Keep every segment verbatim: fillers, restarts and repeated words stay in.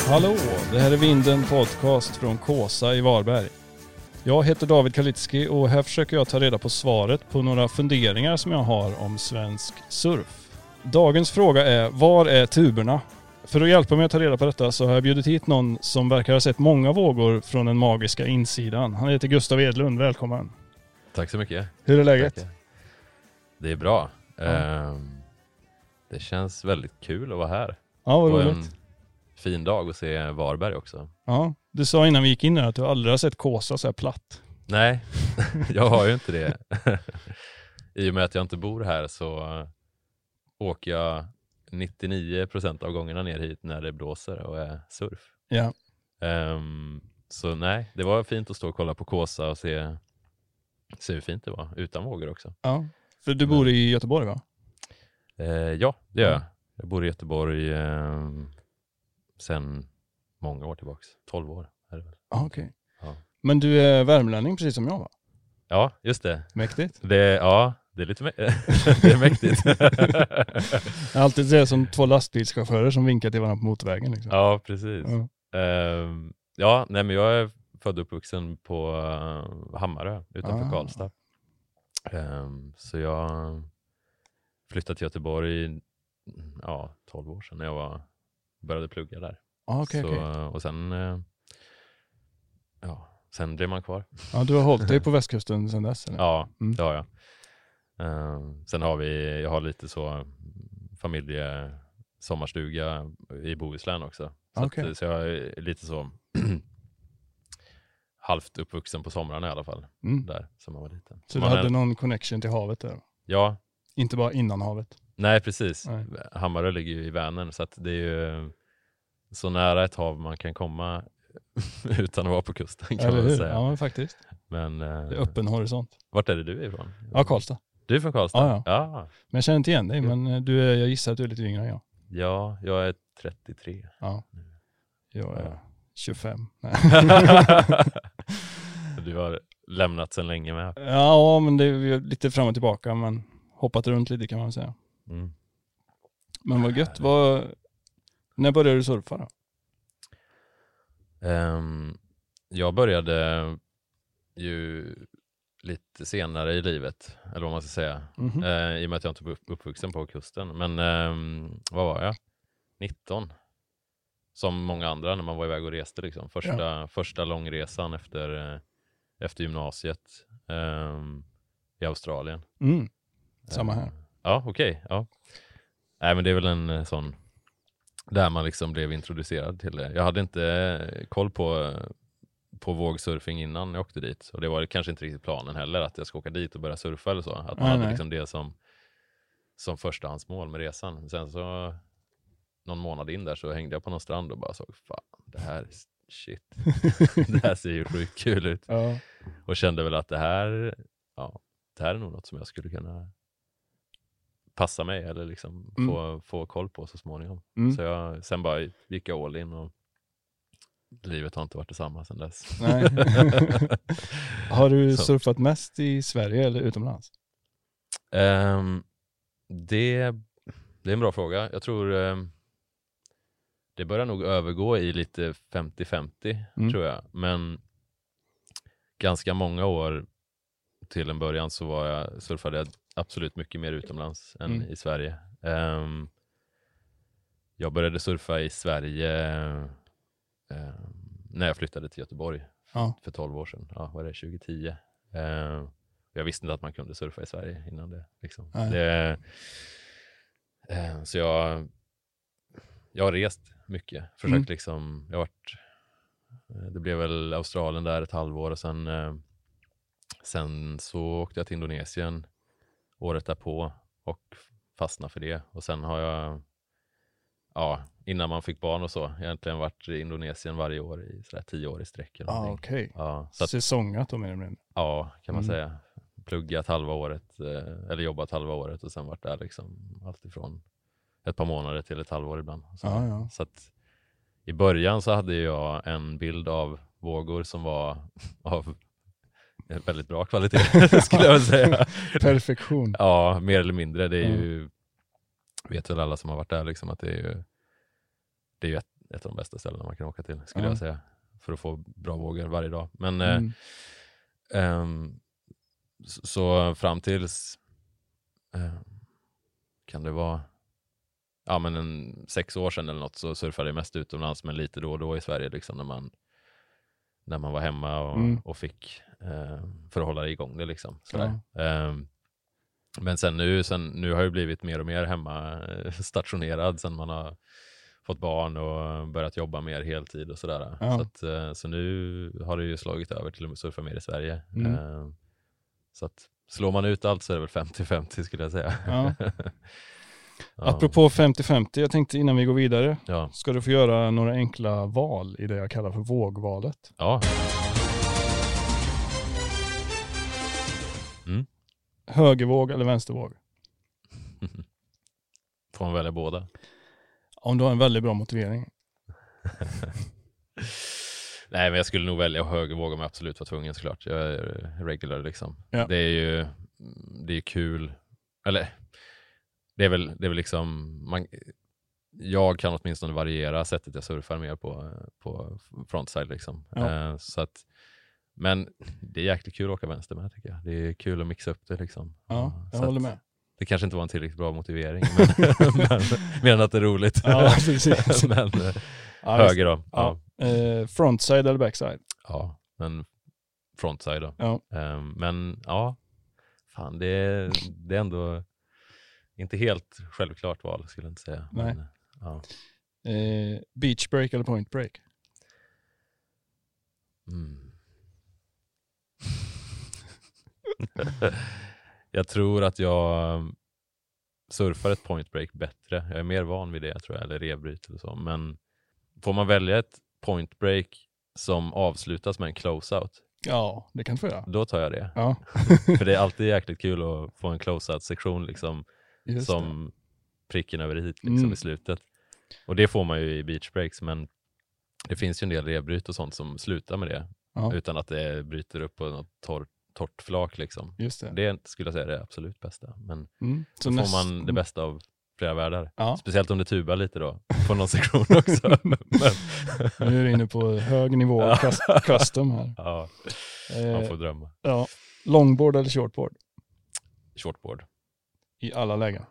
Hallå, det här är Vinden podcast från Kåsa i Varberg. Jag heter David Kalitski och här försöker jag ta reda på svaret på några funderingar som jag har om svensk surf. Dagens fråga är, var är tuberna? För att hjälpa mig att ta reda på detta så har jag bjudit hit någon som verkar ha sett många vågor från den magiska insidan. Han heter Gustav Edlund, välkommen. Tack så mycket. Hur är läget? Tack. Det är bra. Ja. Um, det känns väldigt kul att vara här. Ja, vad och roligt. En fin dag att se Varberg också. Ja, du sa innan vi gick in här att du aldrig har sett Kåsa så här platt. Nej, jag har ju inte det. I och med att jag inte bor här så uh, åker jag nittionio procent av gångerna ner hit när det blåser och är surf. Ja. Um, så nej, det var fint att stå och kolla på Kåsa och se, se hur fint det var. Utan vågor också. Ja, för du bor i Göteborg va? Uh, ja, det gör jag. Ja. Jag bor i Göteborg eh, sedan många år tillbaka. tolv år är det väl. Ah, okej. Okay. Ja. Men du är värmlänning precis som jag va? Ja, just det. Mäktigt. det ja, det är lite mä- det är mäktigt. Jag har alltid det som två lastbilschaufförer som vinkar till varandra på motorvägen. Liksom. Ja, precis. Ja. Um, ja, nej men jag är född och uppvuxen på uh, Hammarö utanför Ah. Karlstad. Um, så jag flyttade till Göteborg ja, tolv år sedan när jag var, började plugga där. Ah, okay, så, okay. Och sen ja, sen blev man kvar. Ja, du har hållit dig på västkusten sedan dess? Eller? Ja, mm. det har jag. Uh, sen har vi, jag har lite så familje sommarstuga i Bohuslän också. Så, okay. att, så jag är lite så halvt uppvuxen på somrarna i alla fall. Mm. Där som man var liten. Så man du hade är... någon connection till havet där? Ja. Inte bara innan havet? Nej, precis. Nej. Hammarö ligger ju i Vänern så att det är ju så nära ett hav man kan komma utan att vara på kusten kan Eller man hur? säga. Ja, men faktiskt. Men, det är öppen horisont. Vart är det du är ifrån? Ja, Karlstad. Du är från Karlstad? Ja, ja. ja. Men jag känner inte igen dig, men du är, jag gissar att du är lite yngre än jag. Ja, jag är trettiotre. Ja, jag är ja. tjugofem. Du har lämnat sedan länge med. Ja, men det är lite fram och tillbaka, men hoppat runt lite kan man säga. Mm. Men vad gött, vad... när började du surfa då? Um, jag började ju lite senare i livet, eller vad man ska säga. Mm-hmm. Uh, I och med att jag inte var uppvuxen på kusten. Men um, vad var jag? nitton. Som många andra när man var iväg och reste. Liksom. Första, ja. första långresan efter, uh, efter gymnasiet um, i Australien. Mm. Samma här. Uh, ja, okej. Okay, ja. Nej, men det är väl en uh, sån där man liksom blev introducerad till det. Jag hade inte uh, koll på... på vågsurfing innan jag åkte dit. Och det var kanske inte riktigt planen heller att jag ska åka dit och börja surfa eller så. Att man nej, hade nej. liksom det som, som förstahandsmål med resan. Sen så någon månad in där så hängde jag på någon strand och bara såg, fan, det här är shit. Det här ser ju sjukt kul ut. Ja. Och kände väl att det här, ja, det här är nog något som jag skulle kunna passa mig eller liksom mm. få, få koll på så småningom. Mm. Så jag, sen bara gick jag all in och livet har inte varit detsamma sedan dess. Nej. Har du så. surfat mest i Sverige eller utomlands? Um, det, det är en bra fråga. Jag tror um, det börjar nog övergå i lite femtio femtio mm. tror jag. Men ganska många år till en början så var jag, surfade jag absolut mycket mer utomlands än mm. i Sverige. Um, jag började surfa i Sverige Uh, när jag flyttade till Göteborg ja. för tolv år sedan. Ja, var det tjugohundratio. Uh, jag visste inte att man kunde surfa i Sverige innan det. Liksom. det uh, så jag jag har rest mycket. Försökt mm. liksom, jag har varit, det blev väl Australien där ett halvår och sen, uh, sen så åkte jag till Indonesien året därpå och fastnade för det. Och sen har jag ja, innan man fick barn och så. Egentligen varit i Indonesien varje år i sådär tio år i sträck. Ah, okej. Okay. Ja, säsongat då mer eller mindre. Ja, kan man mm. säga. Pluggat halva året, eller jobbat halva året och sen varit där liksom allt ifrån ett par månader till ett halvår ibland. Så, ah, ja. så att i början så hade jag en bild av vågor som var av väldigt bra kvalitet, skulle jag säga. Perfektion. Ja, mer eller mindre. Det är mm. ju vet väl alla som har varit där liksom att det är ju det är ju ett, ett av de bästa ställena man kan åka till, skulle ja. jag säga. För att få bra vågor varje dag. Men Mm. eh, um, så, så fram tills eh, kan det vara ja, men en sex år sedan eller något så surfade jag mest utomlands, men lite då och då i Sverige liksom, när man när man var hemma och, mm. och fick eh, för att hålla igång det liksom. Ja. Eh, men sen nu, sen nu har jag blivit mer och mer hemma stationerad sen man har fått barn och börjat jobba mer heltid och sådär. Ja. Så, att, eh, så nu har det ju slagit över till att surfa mer i Sverige. Mm. Eh, så att slår man ut allt så är det väl femtio femtio skulle jag säga. Ja. Ja. Apropå femtio femtio, jag tänkte innan vi går vidare, Ja. ska du få göra några enkla val i det jag kallar för vågvalet. Ja. Mm. Högervåg eller vänstervåg? Får man välja båda? Om du har en väldigt bra motivering. Nej, men jag skulle nog välja högervåg om jag absolut var tvungen, såklart. Jag är regular liksom. Ja. Det är ju det är kul. Eller det är väl det är väl liksom man, jag kan åtminstone variera sättet jag surfar mer på på frontside liksom. Ja. Eh, så att men det är jäkligt kul att åka vänster med, tycker jag. Det är kul att mixa upp det liksom. Ja, jag så håller att, med. det kanske inte var en tillräckligt bra motivering, men, men mer än att det är roligt. Ja, precis. men eh, Ja, höger då. Ja. Ja. Eh, frontside eller backside? Ja, men frontside då. Ja. Um, men ja, fan det är, det är ändå inte helt självklart val, skulle jag inte säga. Nej. Men, ja. Eh, beach break eller point break? Mm. Jag tror att jag surfar ett point break bättre. Jag är mer van vid det, tror jag, eller revbryt eller så. Men får man välja ett point break som avslutas med en close-out, Ja, det kan du få göra. då tar jag det. Ja. För det är alltid jäkligt kul att få en close-out-sektion liksom, Just som det. pricken över hit liksom, Mm. i slutet. Och det får man ju i beach breaks, men det finns ju en del revbryt och sånt som slutar med det. Ja. Utan att det bryter upp på något torr, torrt flak skulle Just det. Det skulle jag säga är det absolut bästa. Men Mm. så Så får näst... man det bästa av flera världar. Ja. Speciellt om det tubar lite då, på någon sektion också. Men, Nu är du inne på hög nivå Ja. cus- custom här. ja, man Eh, får drömma. ja. Longboard eller shortboard? Shortboard. I alla lägen.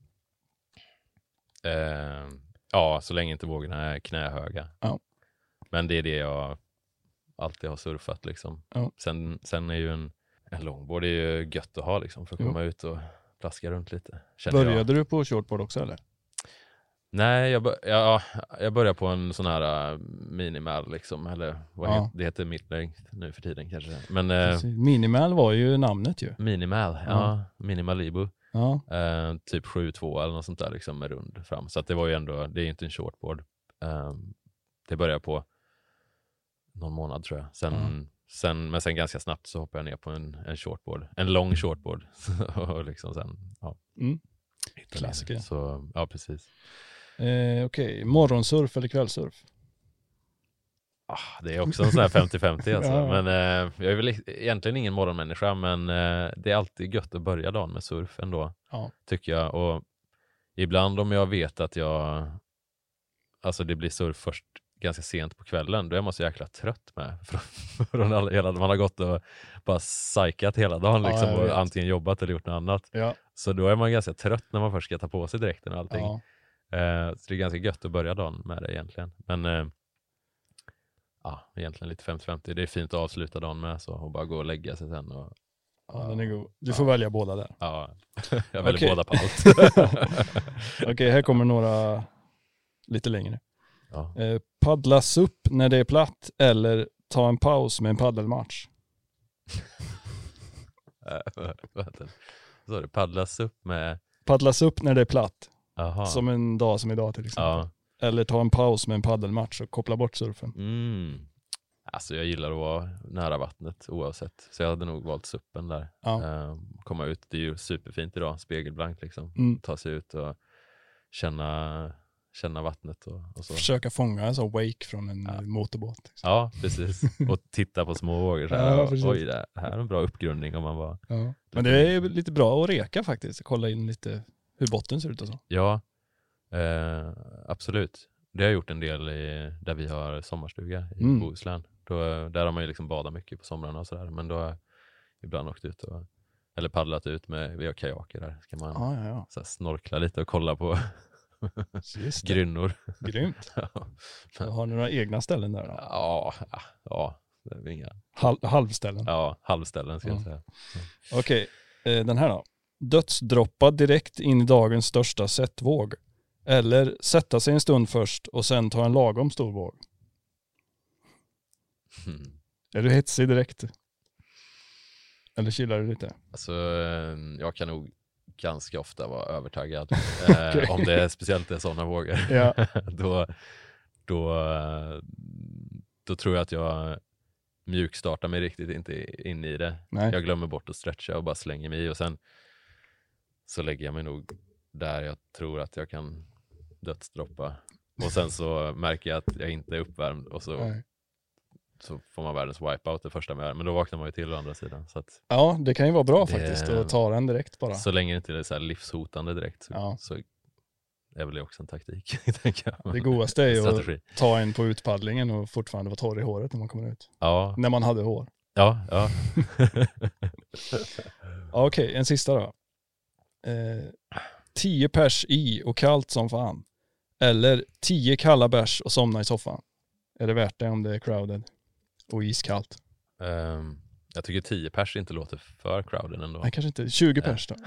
Eh, ja, så länge inte vågorna är knähöga. Ja. Men det är det jag alltid har surfat liksom. Ja. Sen, sen är ju en, en longboard är ju gött att ha liksom, för att Jo. komma ut och plaska runt lite. Känner jag. Började du på shortboard också eller? Nej, jag, bör, ja, jag börjar på en sån här uh, minimal liksom, eller vad Ja. heter, det heter midlength nu för tiden kanske. Men uh, Minimal var ju namnet ju. minimal, ja, Ja. minimalibu. Ja. Uh, typ sju två eller något sånt där liksom, med rund fram. Så att det var ju ändå, det är ju inte en shortboard. Um, det började på någon månad tror jag. Sen, Mm. sen, men sen ganska snabbt så hoppade jag ner på en, en shortboard. En lång shortboard. och liksom sen, ja. Mm. hittade Klassiker. det. Så, ja, precis. Eh, Okej, okay. Morgonsurf eller kvällsurf? Ah, det är också en sån här femtio femtio alltså. Ja. Men eh, jag är väl egentligen ingen morgonmänniska, men eh, det är alltid gött att börja dagen med surf ändå, Ja. tycker jag. Och ibland om jag vet att jag, alltså det blir surf först ganska sent på kvällen, då är man så jäkla trött med från alla, hela, man har gått och bara psykat hela dagen liksom, Ja, jag och vet. antingen jobbat eller gjort något annat. Ja. Så då är man ganska trött när man först ska ta på sig dräkten och allting. Ja. Eh, så det är ganska gött att börja dagen med det egentligen. Men eh, ja, egentligen lite femtio femtio. Det är fint att avsluta dagen med så, och bara gå och lägga sig sen. Och, Ja, den är god. Du får välja båda där. ja, jag väljer Okej. båda på allt. Okej, okay, här kommer några lite längre. Ja. Eh, paddlas upp när det är platt eller ta en paus med en paddelmatch? Vänta. Så är det paddlas upp med... Paddlas upp när det är platt. Aha. Som en dag som idag till exempel. Ja. Eller ta en paus med en paddelmatch och koppla bort surfen. Mm. Alltså jag gillar att vara nära vattnet oavsett. Så jag hade nog valt suppen där. Ja. Uh, komma ut, det är ju superfint idag. Spegelblankt liksom. Mm. Ta sig ut och känna, känna vattnet och, och så. Försöka fånga en sån wake från en Ja. motorbåt. Liksom. Ja, precis. Och titta på små vågor. Så här. Ja, precis. Oj, det här är en bra uppgrundning om man var... Ja. Men det är lite bra att reka faktiskt. Kolla in lite hur botten ser ut och så. Ja, eh, absolut. det har jag gjort en del i, där vi har sommarstuga i Mm. Bohuslän. Då, där har man ju liksom badat mycket på somrarna och sådär. Men då har jag ibland åkt ut och, eller paddlat ut med, vi har kajaker där. Ska man Ah, ja, ja. så här, snorkla lite och kolla på Just det. grynnor. Grymt. Ja. Har ni några egna ställen där då? Ja, ja, ja, det är inga. Halv, halvställen? Ja, halvställen ska jag Ja. säga. Okej, eh, den här då. Dödsdroppa direkt in i dagens största sättvåg. Eller sätta sig en stund först och sen ta en lagom stor våg. Mm. Är du hetsig direkt? Eller chillar du lite? Alltså, eh, jag kan nog ganska ofta vara övertaggad. eh, Okej. Om det är speciellt är sådana vågor. Ja. då, då, eh, då tror jag att jag mjukstartar mig riktigt inte in i det. Nej. Jag glömmer bort att stretcha och bara slänger mig i. Och sen så lägger jag mig nog där jag tror att jag kan dödsdroppa. Och sen så märker jag att jag inte är uppvärmd. Och så, Nej. så får man världens wipeout det första med. Men då vaknar man ju till å andra sidan. Så att Ja, det kan ju vara bra Det- faktiskt att ta den direkt bara. så länge det inte är så här livshotande direkt så, Ja. så är väl det också en taktik. tänker jag. Det godaste är ju att Strategi. ta en på utpaddlingen och fortfarande vara torr i håret när man kommer ut. Ja, När man hade hår. ja, ja. Ja, Okej, en sista då. Eh, tio pers i och kallt som fan. Eller tio kalla bärs och somna i soffan. Är det värt det om det är crowded och iskallt? Ehm, jag tycker tio pers inte låter för crowden ändå. Nej, kanske inte. tjugo pers då.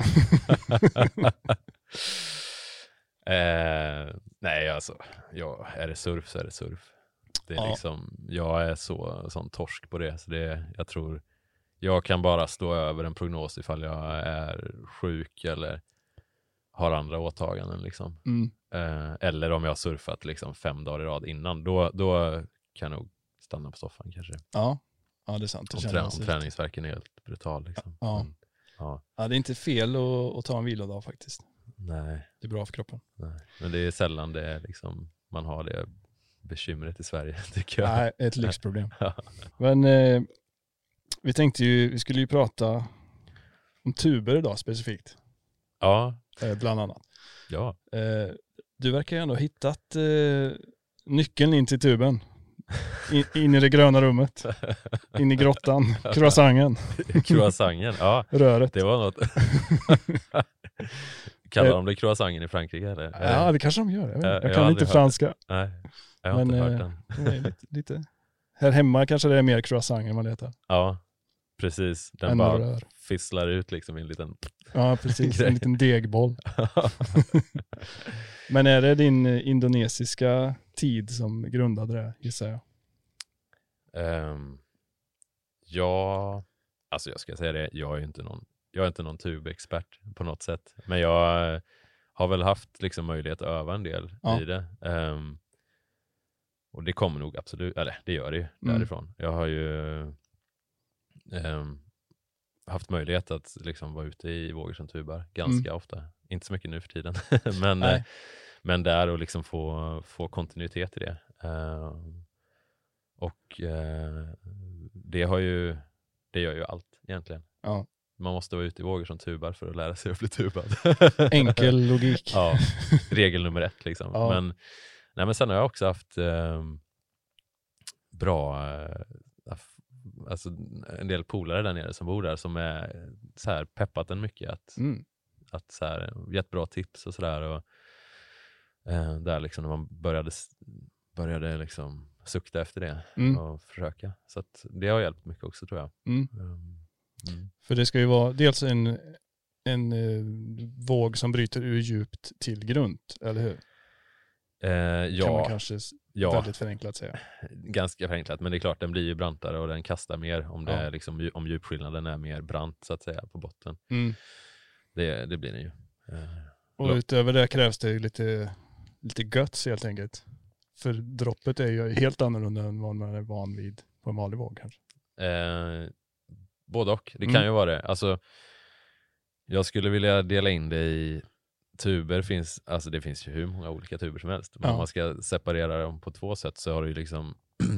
Eh, nej, alltså, ja, är det surf så är det surf. Det är Ja. liksom, jag är så sån torsk på det, så det, jag tror, jag kan bara stå över en prognos ifall jag är sjuk eller har andra åtaganden liksom. Mm. Eh, eller om jag har surfat liksom fem dagar i rad innan, då, då kan jag nog stanna på soffan kanske. Ja. ja, det är sant. Det Om, känner trä, man om sig lite. träningsverken är helt brutal liksom. Ja. Men, ja, Ja, det är inte fel att, att ta en vilodag faktiskt. nej. Det är bra för kroppen. Nej, men det är sällan det är liksom, man har det bekymret i Sverige, tycker jag. Nej, ett lyxproblem. Ja. Men eh, vi tänkte ju, vi skulle ju prata om tuber idag specifikt. Ja, Eh, bland annat. ja. Eh, du verkar ju ändå ha hittat eh, nyckeln in till tuben. In, in i det gröna rummet. In i grottan. Croissanten. Croissanten, ja. Röret. Det var något. Kallar de det croissanten i Frankrike eller? Ja, det kanske de gör. Jag, vet. Jag- jag jag kan har inte aldrig hört franska. Nej, jag har Men, inte hört eh, den. Det är lite, lite. Här hemma kanske det är mer croissant än man letar. Ja, precis. Den Än bara rör. fisslar ut liksom i en liten... Ja, precis. Grej. En liten degboll. Men är det din eh, indonesiska tid som grundade det, gissar jag? Um, ja, alltså jag ska säga det, jag är ju inte någon, jag är inte någon tubexpert på något sätt. Men jag eh, har väl haft liksom möjlighet att öva en del Ja. i det. Um, och det kommer nog absolut, eller det gör det ju Mm. därifrån. Jag har ju um, haft möjlighet att liksom vara ute i vågor som tubar ganska Mm. ofta. Inte så mycket nu för tiden. men, Nej. eh, men där och liksom få, få kontinuitet i det. Um, och eh, det har ju, det gör ju allt egentligen. Ja. Man måste vara ute i vågor som tubar för att lära sig att bli tubad. Enkel logik. Ja, regel nummer ett liksom. Ja. Men, nej, men sen har jag också haft eh, bra, eh, alltså en del polare där nere som bor där som är så här peppat en mycket att, Mm. att så här, gett bra tips och sådär. Och eh, där liksom när man började, började liksom sukta efter det Mm. och försöka. Så att det har hjälpt mycket också tror jag. Mm. Um, mm. För det ska ju vara dels en, en eh, våg som bryter ur djupt till grunt, eller hur? Eh, Kan man ja, kanske s- ja. väldigt förenklat säga. Ganska förenklat, men det är klart den blir ju brantare och den kastar mer om, det Ja. är liksom, dju- om djupskillnaden är mer brant så att säga på botten. Mm. Det, det blir den ju. Eh, Och Ja. utöver det krävs det ju lite, lite guts helt enkelt. För droppet är ju helt annorlunda än vad man är van vid på en vanlig våg kanske. eh, både och, det Mm. kan ju vara det. Alltså, jag skulle vilja dela in det i tuber, finns, alltså det finns ju hur många olika tuber som helst. Men Ja. om man ska separera dem på två sätt så har du ju liksom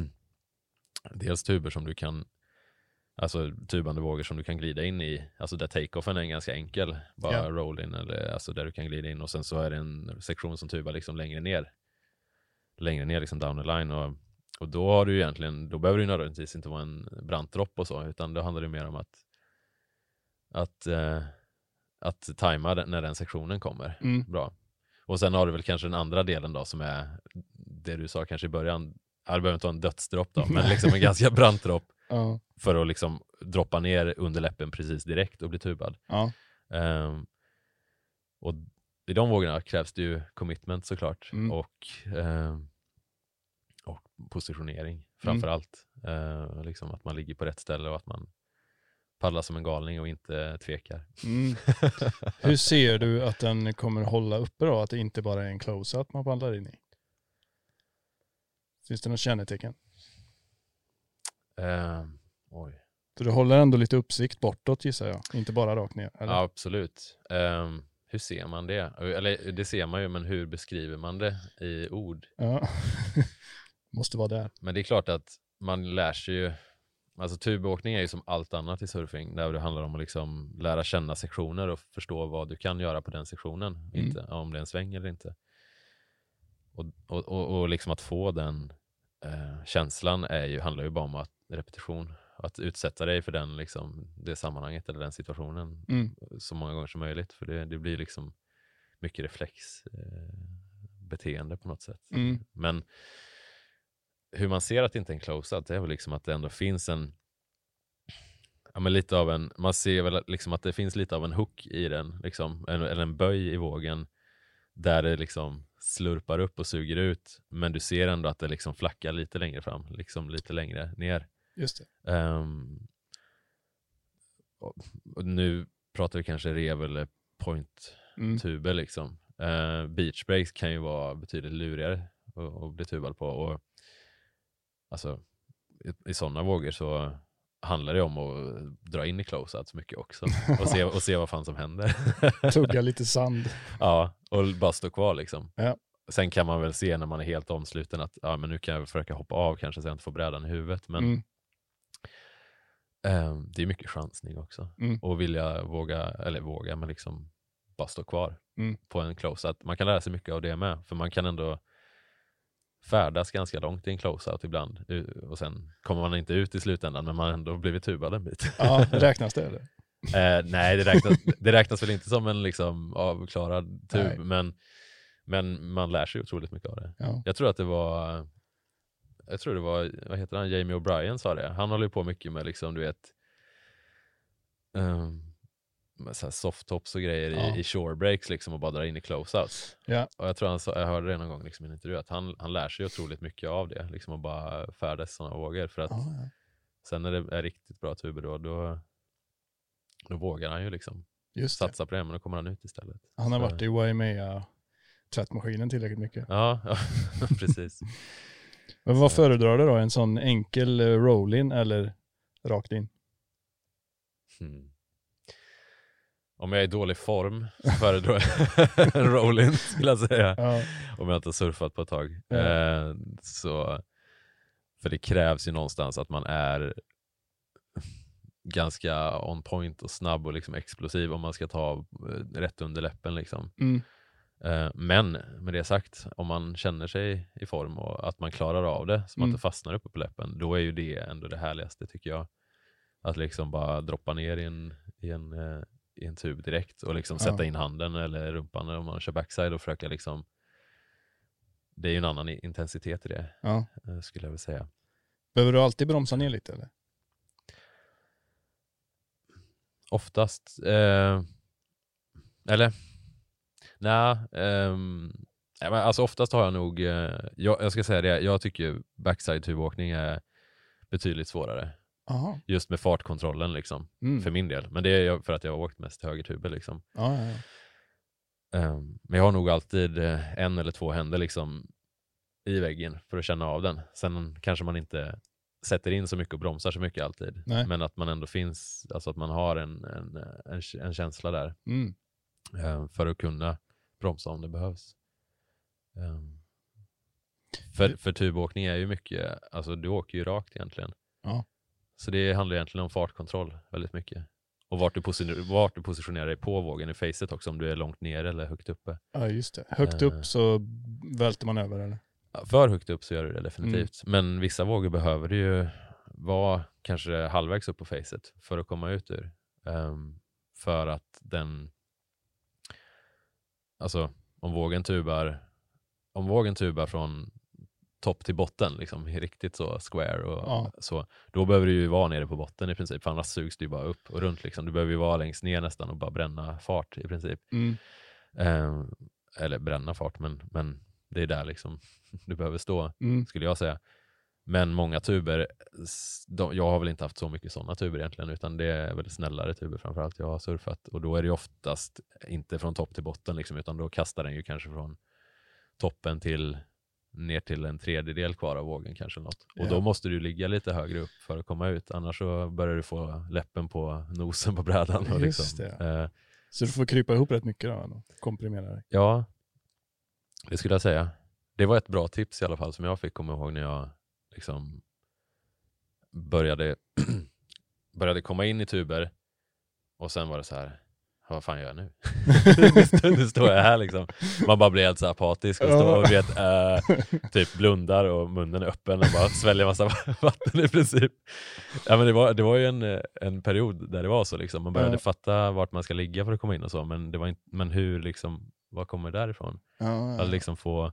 dels tuber som du kan, alltså tubande vågor som du kan glida in i, alltså där take-offen är ganska enkel, bara Ja. roll in eller alltså där du kan glida in och sen så är det en sektion som tubar liksom längre ner längre ner liksom down the line. Och, och då har du egentligen, då behöver det nödvändigtvis inte vara en brant dropp och så, utan då handlar det mer om att att, eh, att tajma den, när den sektionen kommer. Mm. Bra. Och sen har du väl kanske den andra delen då som är det du sa kanske i början. Det behöver inte vara en dödsdropp då, men liksom en ganska brant dropp. Ja. För att liksom droppa ner under läppen precis direkt och bli tubad. Ja. Um, och i de vågorna krävs det ju commitment såklart. Mm. Och, um, och positionering framförallt. Mm. Uh, liksom att man ligger på rätt ställe och att man paddlar som en galning och inte tvekar. Mm. Hur ser du att den kommer hålla uppe då? Att det inte bara är en close-out man paddlar in i? Finns det något kännetecken? Uh, oj. Så du håller ändå lite uppsikt bortåt gissar jag. Inte bara rakt ner. Eller? Ja, absolut. Um, hur ser man det? Eller det ser man ju, men hur beskriver man det i ord? Ja. Måste vara där. Men det är klart att man lär sig ju. Alltså tubåkning är ju som allt annat i surfing. Där det handlar om att liksom lära känna sektioner och förstå vad du kan göra på den sektionen. Mm. Inte, om det är en sväng eller inte. Och, och, och, och liksom att få den eh, känslan är ju, handlar ju bara om att repetition. Att utsätta dig för den, liksom, det sammanhanget eller den situationen mm. så många gånger som möjligt. För det, det blir liksom mycket reflex eh, beteende på något sätt. Mm. Men hur man ser att det inte är en close-out, det är väl liksom att det ändå finns en, ja men lite av en, man ser väl liksom att det finns lite av en hook i den, liksom, eller en böj i vågen där det liksom slurpar upp och suger ut, men du ser ändå att det liksom flackar lite längre fram, liksom lite längre ner. Just det. Um, och, och nu pratar vi kanske rev eller point-tuber mm. liksom. Uh, beach breaks kan ju vara betydligt lurigare att bli tubad på, och alltså i, i sådana vågor så handlar det om att dra in i close-out så mycket också och se, och se vad fan som händer. Tugga lite sand. Ja, och bara stå kvar liksom. Ja. Sen kan man väl se när man är helt omsluten att ja, men nu kan jag försöka hoppa av kanske så jag inte får brädan i huvudet, men mm. um, det är mycket chansning också. Mm. Och vilja våga, eller våga, men liksom bara stå kvar mm. på en close-out. Man kan lära sig mycket av det med, för man kan ändå färdas ganska långt i en close-out ibland. Och sen kommer man inte ut i slutändan, men man har ändå blivit tubad en bit. Ja, räknas det eller? eh, nej, det räknas, det räknas väl inte som en liksom avklarad tub, men, men man lär sig otroligt mycket av det. Ja. Jag tror att det var, jag tror det var, vad heter han, Jamie O'Brien sa det. Han håller på mycket med liksom, du vet, um, så här soft-tops och grejer ja. i, i shore breaks liksom, och bara dra in i close-outs. Ja. Och jag tror han sa, jag hörde det någon gång liksom, i en intervju att han, han lär sig otroligt mycket av det liksom, och bara färdas sådana vågor, för att ja, ja. sen när det är riktigt bra tuber då, då då vågar han ju liksom Just satsa det. på det, men då kommer han ut istället. Han har så. varit i Waimea tvättmaskinen tillräckligt mycket. Ja, ja precis. Men vad så. Föredrar du då? En sån enkel roll-in eller rakt in? Hmm. Om jag är i dålig form så föredrar jag en roll-in, skulle jag säga. Ja. Om jag inte har surfat på ett tag. Ja. Eh, så, för det krävs ju någonstans att man är ganska on point och snabb och liksom explosiv om man ska ta rätt under läppen. Liksom. Mm. Eh, men med det sagt, om man känner sig i form och att man klarar av det så man mm. inte fastnar uppe på läppen, då är ju det ändå det härligaste, tycker jag. Att liksom bara droppa ner i en, i en eh, i en tub direkt och liksom sätta ja. in handen eller rumpan om man kör backside och försöka liksom, det är ju en annan intensitet i det, ja. skulle jag vilja säga. Behöver du alltid bromsa ner lite eller? Oftast eh, eller nej eh, alltså oftast har jag nog eh, jag, jag ska säga det, jag tycker backside tubåkning är betydligt svårare. Aha. Just med fartkontrollen liksom, mm. för min del. Men det är för att jag har åkt mest högertuber liksom. Ja, ja, ja. Um, men jag har nog alltid uh, en eller två händer liksom i väggen för att känna av den. Sen kanske man inte sätter in så mycket och bromsar så mycket alltid. Nej. Men att man ändå finns, alltså att man har en, en, en, en känsla där mm. um, för att kunna bromsa om det behövs. Um, för, för tubåkning är ju mycket, alltså du åker ju rakt egentligen. Ja. Så det handlar egentligen om fartkontroll väldigt mycket. Och vart du, positioner, vart du positionerar dig på vågen i facet också, om du är långt ner eller högt uppe. Ja, just det. Högt uh, upp så välter man över eller? För högt upp så gör det det definitivt. Mm. Men vissa vågor behöver det ju vara kanske halvvägs upp på facet för att komma ut ur. Um, för att den, alltså om vågen tubar, om vågen tubar från topp till botten, liksom riktigt så square och ja. Så, då behöver du ju vara nere på botten i princip, för annars sugs du bara upp och runt liksom. Du behöver ju vara längst ner nästan och bara bränna fart i princip. Mm. Um, eller bränna fart, men, men det är där liksom du behöver stå, mm. skulle jag säga. Men många tuber, de, jag har väl inte haft så mycket sådana tuber egentligen, utan det är väl snällare tuber framförallt jag har surfat. Och då är det oftast inte från topp till botten liksom, utan då kastar den ju kanske från toppen till ner till en tredjedel kvar av vågen kanske något. Och ja. Då måste du ligga lite högre upp för att komma ut, annars så börjar du få läppen på nosen på brädan. Och just liksom, det. Eh. Så du får krypa ihop rätt mycket då, komprimera dig. Ja, det skulle jag säga. Det var ett bra tips i alla fall som jag fick komma ihåg när jag liksom började började komma in i tuber, och sen var det så här, vad fan gör jag nu? Nu står jag här liksom. Man bara blir helt så apatisk och står och vet, äh, typ blundar och munnen är öppen och bara sväljer massa vatten i princip. Ja, men det var, det var ju en, en period där det var så liksom. Man började ja. fatta vart man ska ligga för att komma in och så, men det var inte, men hur liksom, vad kommer därifrån? Ja, ja. Att liksom få,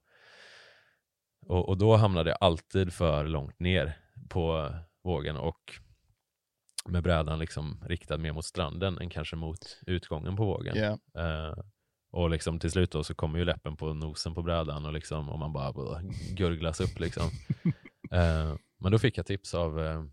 och, och då hamnade jag alltid för långt ner på vågen, och med brädan liksom riktad mer mot stranden än kanske mot utgången på vågen. Yeah. Uh, och liksom till slut då så kommer ju läppen på nosen på brädan, och liksom, och man bara, bara gurglas upp liksom. uh, men då fick jag tips av uh,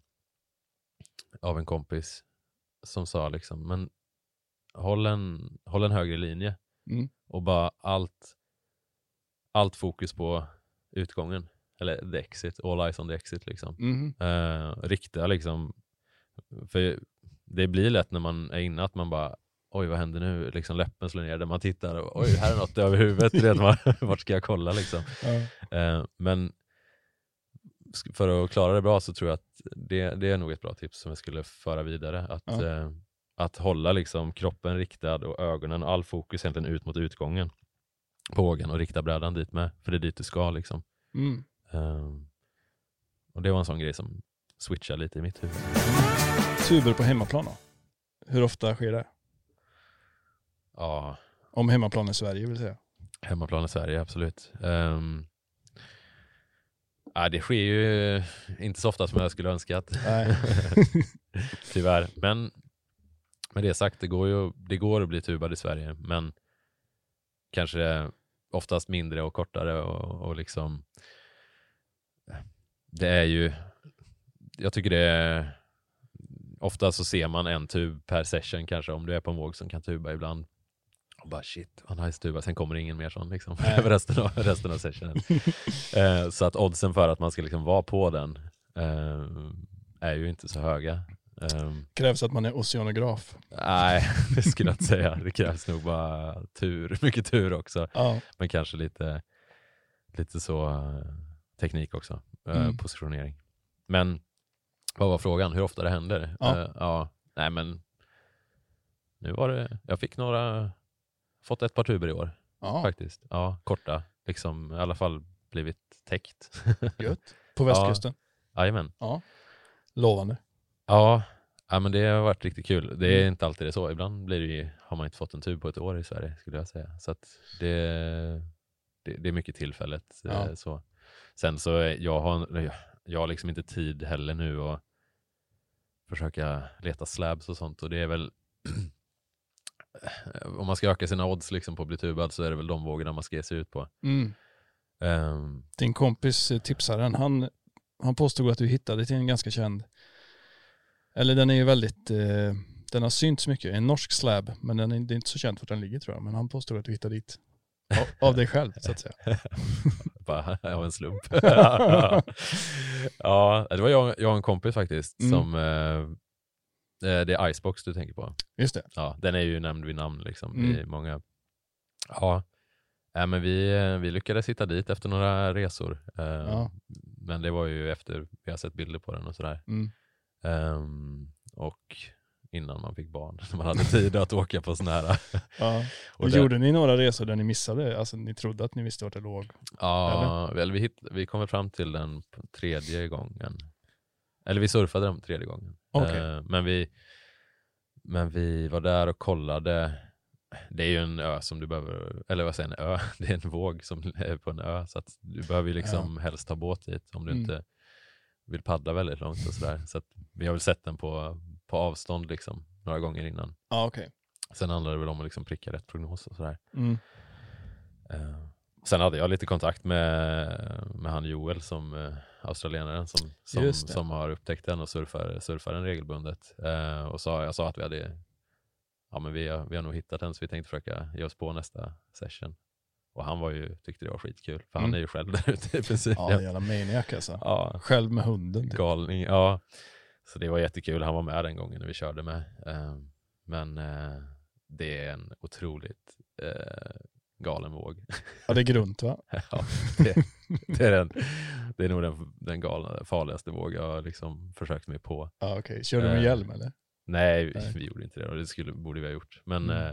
av en kompis som sa liksom, men håll en, håll en högre linje mm. och bara allt allt fokus på utgången, eller the exit, all eyes on the exit liksom. Mm. Uh, rikta liksom, för det blir lätt när man är inne att man bara, oj vad händer nu, liksom läppen slår ner där man tittar och oj, här är något över huvudet, vet man, vart ska jag kolla liksom. Ja. Uh, men för att klara det bra så tror jag att det, det är nog ett bra tips som jag skulle föra vidare, att, ja. uh, att hålla liksom kroppen riktad och ögonen och all fokus egentligen ut mot utgången på vågen, och rikta brädan dit med, för det är dit du ska liksom. Mm. Uh, och det var en sån grej som switchar lite i mitt huvud. Tuber på hemmaplan då? Hur ofta sker det? Ja. Om hemmaplan i Sverige vill säga. Hemmaplan i Sverige, absolut. Um, ja, det sker ju inte så ofta som jag skulle önska att. Nej. Tyvärr. Men med det sagt, det går ju det går att bli tubad i Sverige, men kanske oftast mindre och kortare, och, och liksom det är ju, jag tycker det är, ofta så ser man en tub per session kanske, om du är på en våg som kan tuba ibland, och bara shit, vad nice tuba, sen kommer det ingen mer sån liksom över resten av, resten av sessionen. eh, så att oddsen för att man ska liksom vara på den eh, är ju inte så höga. Um, krävs att man är oceanograf? Nej, det skulle jag inte säga. Det krävs nog bara tur, mycket tur också. Ja. Men kanske lite lite så uh, teknik också, uh, mm. positionering. Men vad var frågan? Hur ofta det händer? Ja. Uh, ja, nej men nu var det, jag fick några, fått ett par tuber i år. Ja. Faktiskt. Ja, korta. Liksom i alla fall blivit täckt. Gött. På västkusten? Ja, jajamän. Ja. Lovande. Ja, ja, men det har varit riktigt kul. Det är mm. inte alltid det så. Ibland blir det ju, har man inte fått en tub på ett år i Sverige, skulle jag säga. Så att det, det, det är mycket tillfället. Ja. Så. Sen så jag har jag har liksom inte tid heller nu att försöka leta slabs och sånt. Och det är väl om man ska öka sina odds liksom på att bli tubad, så är det väl de vågorna man ska ge sig ut på. Mm. Um, Din kompis tipsaren, han, han påstod att du hittade till en ganska känd, eller den är ju väldigt, eh, den har synts mycket, en norsk slab, men den är, det är inte så känt vart den ligger tror jag, men han påstod att du hittade dit av, av dig själv så att säga. Bara av en slump. Ja, det var jag, jag och en kompis faktiskt mm. som eh, det är Icebox du tänker på. Just det. Ja, den är ju nämnd vid namn liksom mm. i många. Ja, äh, men vi, vi lyckades hitta dit efter några resor. Uh, ja. Men det var ju efter vi har sett bilder på den och sådär. Mm. Um, och innan man fick barn. Man hade tid att åka på såna här. Ja. Och gjorde ni några resor där ni missade? Alltså ni trodde att ni visste vart det låg? Ja, väl, vi, hitt, vi kom fram till den tredje gången. Eller vi surfade den tredje gången. Okay. Uh, men, vi, men vi var där och kollade. Det är ju en ö som du behöver, eller vad säger en ö? Det är en våg som är på en ö. Så att du behöver ju liksom ja. helst ta båt hit om du mm. inte vill paddla väldigt långt och sådär. Så att vi har väl sett den på, på avstånd liksom några gånger innan. Ja, okej. Okay. Sen handlar det väl om att liksom pricka rätt prognos och sådär. Mm. Uh, sen hade jag lite kontakt med, med han Joel som uh, australienaren som, som, som har upptäckt den och surfar, surfar den regelbundet. Uh, och sa, jag sa att vi hade ja, men vi har, vi har nog hittat den så vi tänkte försöka ge oss på nästa session. Och han var ju, tyckte det var skitkul. För mm. han är ju själv där ute i princip. Ja, jävla maniac alltså. Ja. Själv med hunden. Typ. Galning, ja. Så det var jättekul. Han var med den gången när vi körde med. Uh, men uh, det är en otroligt uh, galen våg. Ja, det är grunt va? Ja, det, det, är den, det är nog den, den galna, farligaste våg jag har liksom försökt mig på. Ja, okej. Okay. Kör du med uh, hjälm eller? Nej, Nej, vi gjorde inte det och det skulle, borde vi ha gjort. Men, mm. uh,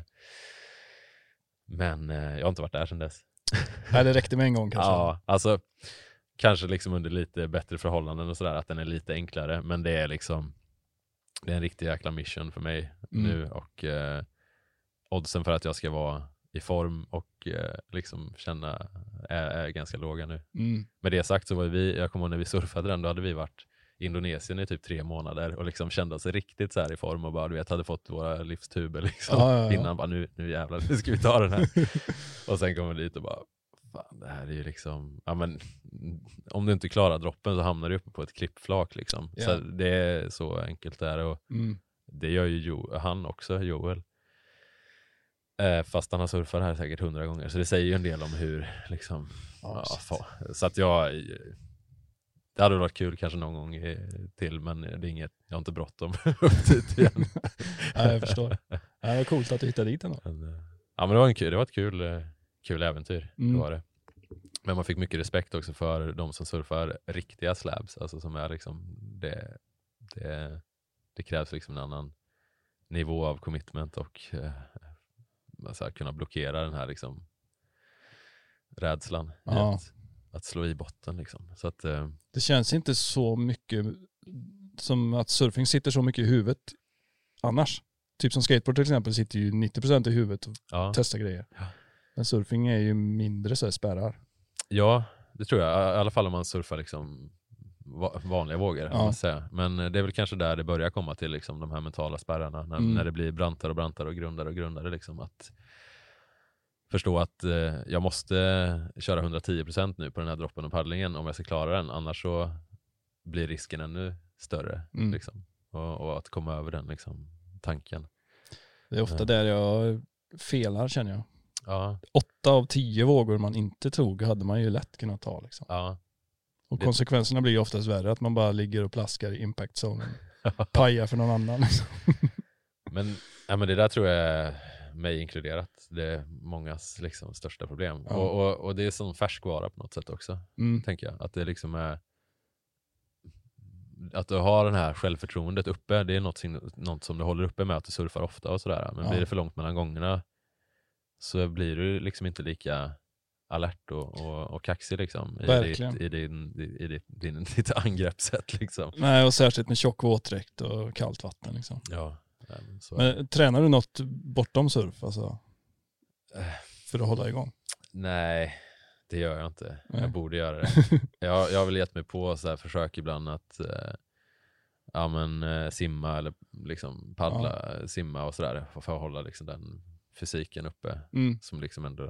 men uh, jag har inte varit där sedan dess. Nej, det räckte med en gång kanske. Ja, alltså kanske liksom under lite bättre förhållanden och sådär, att den är lite enklare. Men det är liksom, det är en riktig jäkla mission för mig mm. nu. Och uh, oddsen för att jag ska vara i form och uh, liksom känna är, är ganska låga nu. Mm. Med det sagt så var vi, jag kommer ihåg när vi surfade den, då hade vi varit i Indonesien i typ tre månader och liksom kände oss riktigt så här i form och bara, du vet, hade fått våra livstuber liksom ja, ja, ja. innan, bara nu, nu jävlar, nu ska vi ta den här. Och sen kommer vi dit och bara, fan, det här är ju liksom, ja men om du inte klarar droppen så hamnar du uppe på ett klippflak liksom. Yeah. Så det är så enkelt där och mm. det gör ju jo, han också, Joel. Eh, fast han har surfat här säkert hundra gånger. Så det säger ju en del om hur liksom, oh, ja, fa, så att jag det hade varit kul kanske någon gång till, men det är inget, jag har inte bråttom upp dit igen. Ja, jag förstår. Det var coolt att du hittade dit ändå. Ja, men det var, en kul, det var ett kul, kul äventyr. Mm. Det var det. Men man fick mycket respekt också för de som surfar riktiga slabs. Alltså som är liksom, det, det, det krävs liksom en annan nivå av commitment och eh, så här, kunna blockera den här liksom rädslan. Ja. Att, att slå i botten liksom. Så att, eh, det känns inte så mycket som att surfing sitter så mycket i huvudet annars. Typ som skateboard till exempel sitter ju nittio procent i huvudet och ja. testar grejer. Ja. Men surfing är ju mindre så här spärrar. Ja, det tror jag. I alla fall om man surfar liksom vanliga vågor. Ja. Man säga. Men det är väl kanske där det börjar komma till liksom, de här mentala spärrarna. När, mm. när det blir brantare och brantare och grundare och grundare. Liksom, att förstå att eh, jag måste köra hundratio procent nu på den här droppen och paddlingen om jag ska klara den. Annars så blir risken ännu större. Mm. Liksom. Och, och att komma över den liksom, tanken. Det är ofta ja. där jag felar känner jag. Ja. Åtta av tio vågor man inte tog hade man ju lätt kunnat ta. Liksom. Ja. Och det... konsekvenserna blir ju oftast värre. Att man bara ligger och plaskar i impact zonen. Pajar för någon annan. Liksom. men, ja, men det där tror jag är mig inkluderat. Det är mångas liksom, största problem. Ja. Och, och, och det är som färskvara på något sätt också. Mm. Tänker jag. Att det liksom är att du har den här självförtroendet uppe. Det är något, något som du håller uppe med att du surfar ofta och sådär. Men ja. blir det för långt mellan gångerna så blir du liksom inte lika alert och, och, och kaxig liksom i, ditt, i, din, i ditt, din, ditt angreppssätt liksom. Nej, och särskilt med tjock våtdräkt och kallt vatten liksom. Ja. Så. Men tränar du något bortom surf alltså, för att hålla igång? Nej, det gör jag inte. Nej. Jag borde göra det. jag, jag har väl gett mig på så här försök ibland att eh, ja, men, eh, simma eller liksom paddla, ja. simma och sådär för, för att hålla liksom den fysiken uppe mm. som liksom ändå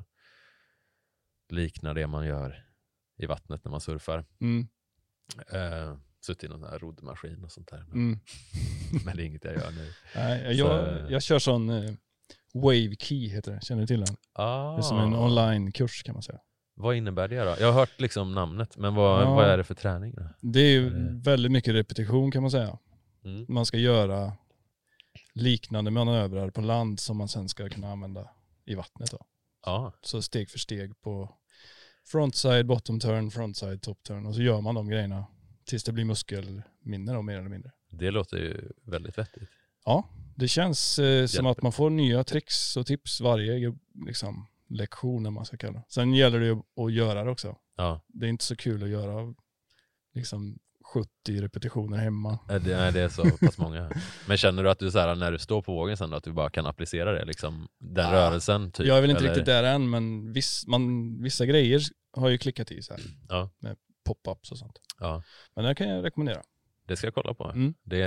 liknar det man gör i vattnet när man surfar. Mm. Eh, suttit i någon här roddmaskin och sånt där. Men, mm. men det är inget jag gör nu. Nej, jag, så, jag kör sån eh, Wave Key heter det. Känner du till den? Ah. Det är som en online-kurs kan man säga. Vad innebär det då? Jag har hört liksom namnet, men vad, ja. vad är det för träning då? Det är ju är väldigt mycket repetition kan man säga. Mm. Man ska göra liknande manövrar på land som man sen ska kunna använda i vattnet då. Ah. Så steg för steg på frontside, bottom turn, frontside, top turn. Och så gör man de grejerna tills det blir muskelminne då, mer eller mindre. Det låter ju väldigt vettigt. Ja, Det känns eh, som att man får nya tricks och tips varje liksom, lektion, man ska kalla. Sen gäller det ju att göra det också. Ja. Det är inte så kul att göra liksom sjuttio repetitioner hemma. Nej, det, nej, det är så pass många. Men känner du att du så här, när du står på vågen sen, att du bara kan applicera det, liksom den ja. rörelsen? Typ, jag är väl inte eller? riktigt där än, men viss, man, vissa grejer har ju klickat i så här. Ja. Med pop-ups och sånt. Ja. Men det kan jag rekommendera. Det ska jag kolla på. Mm. Det,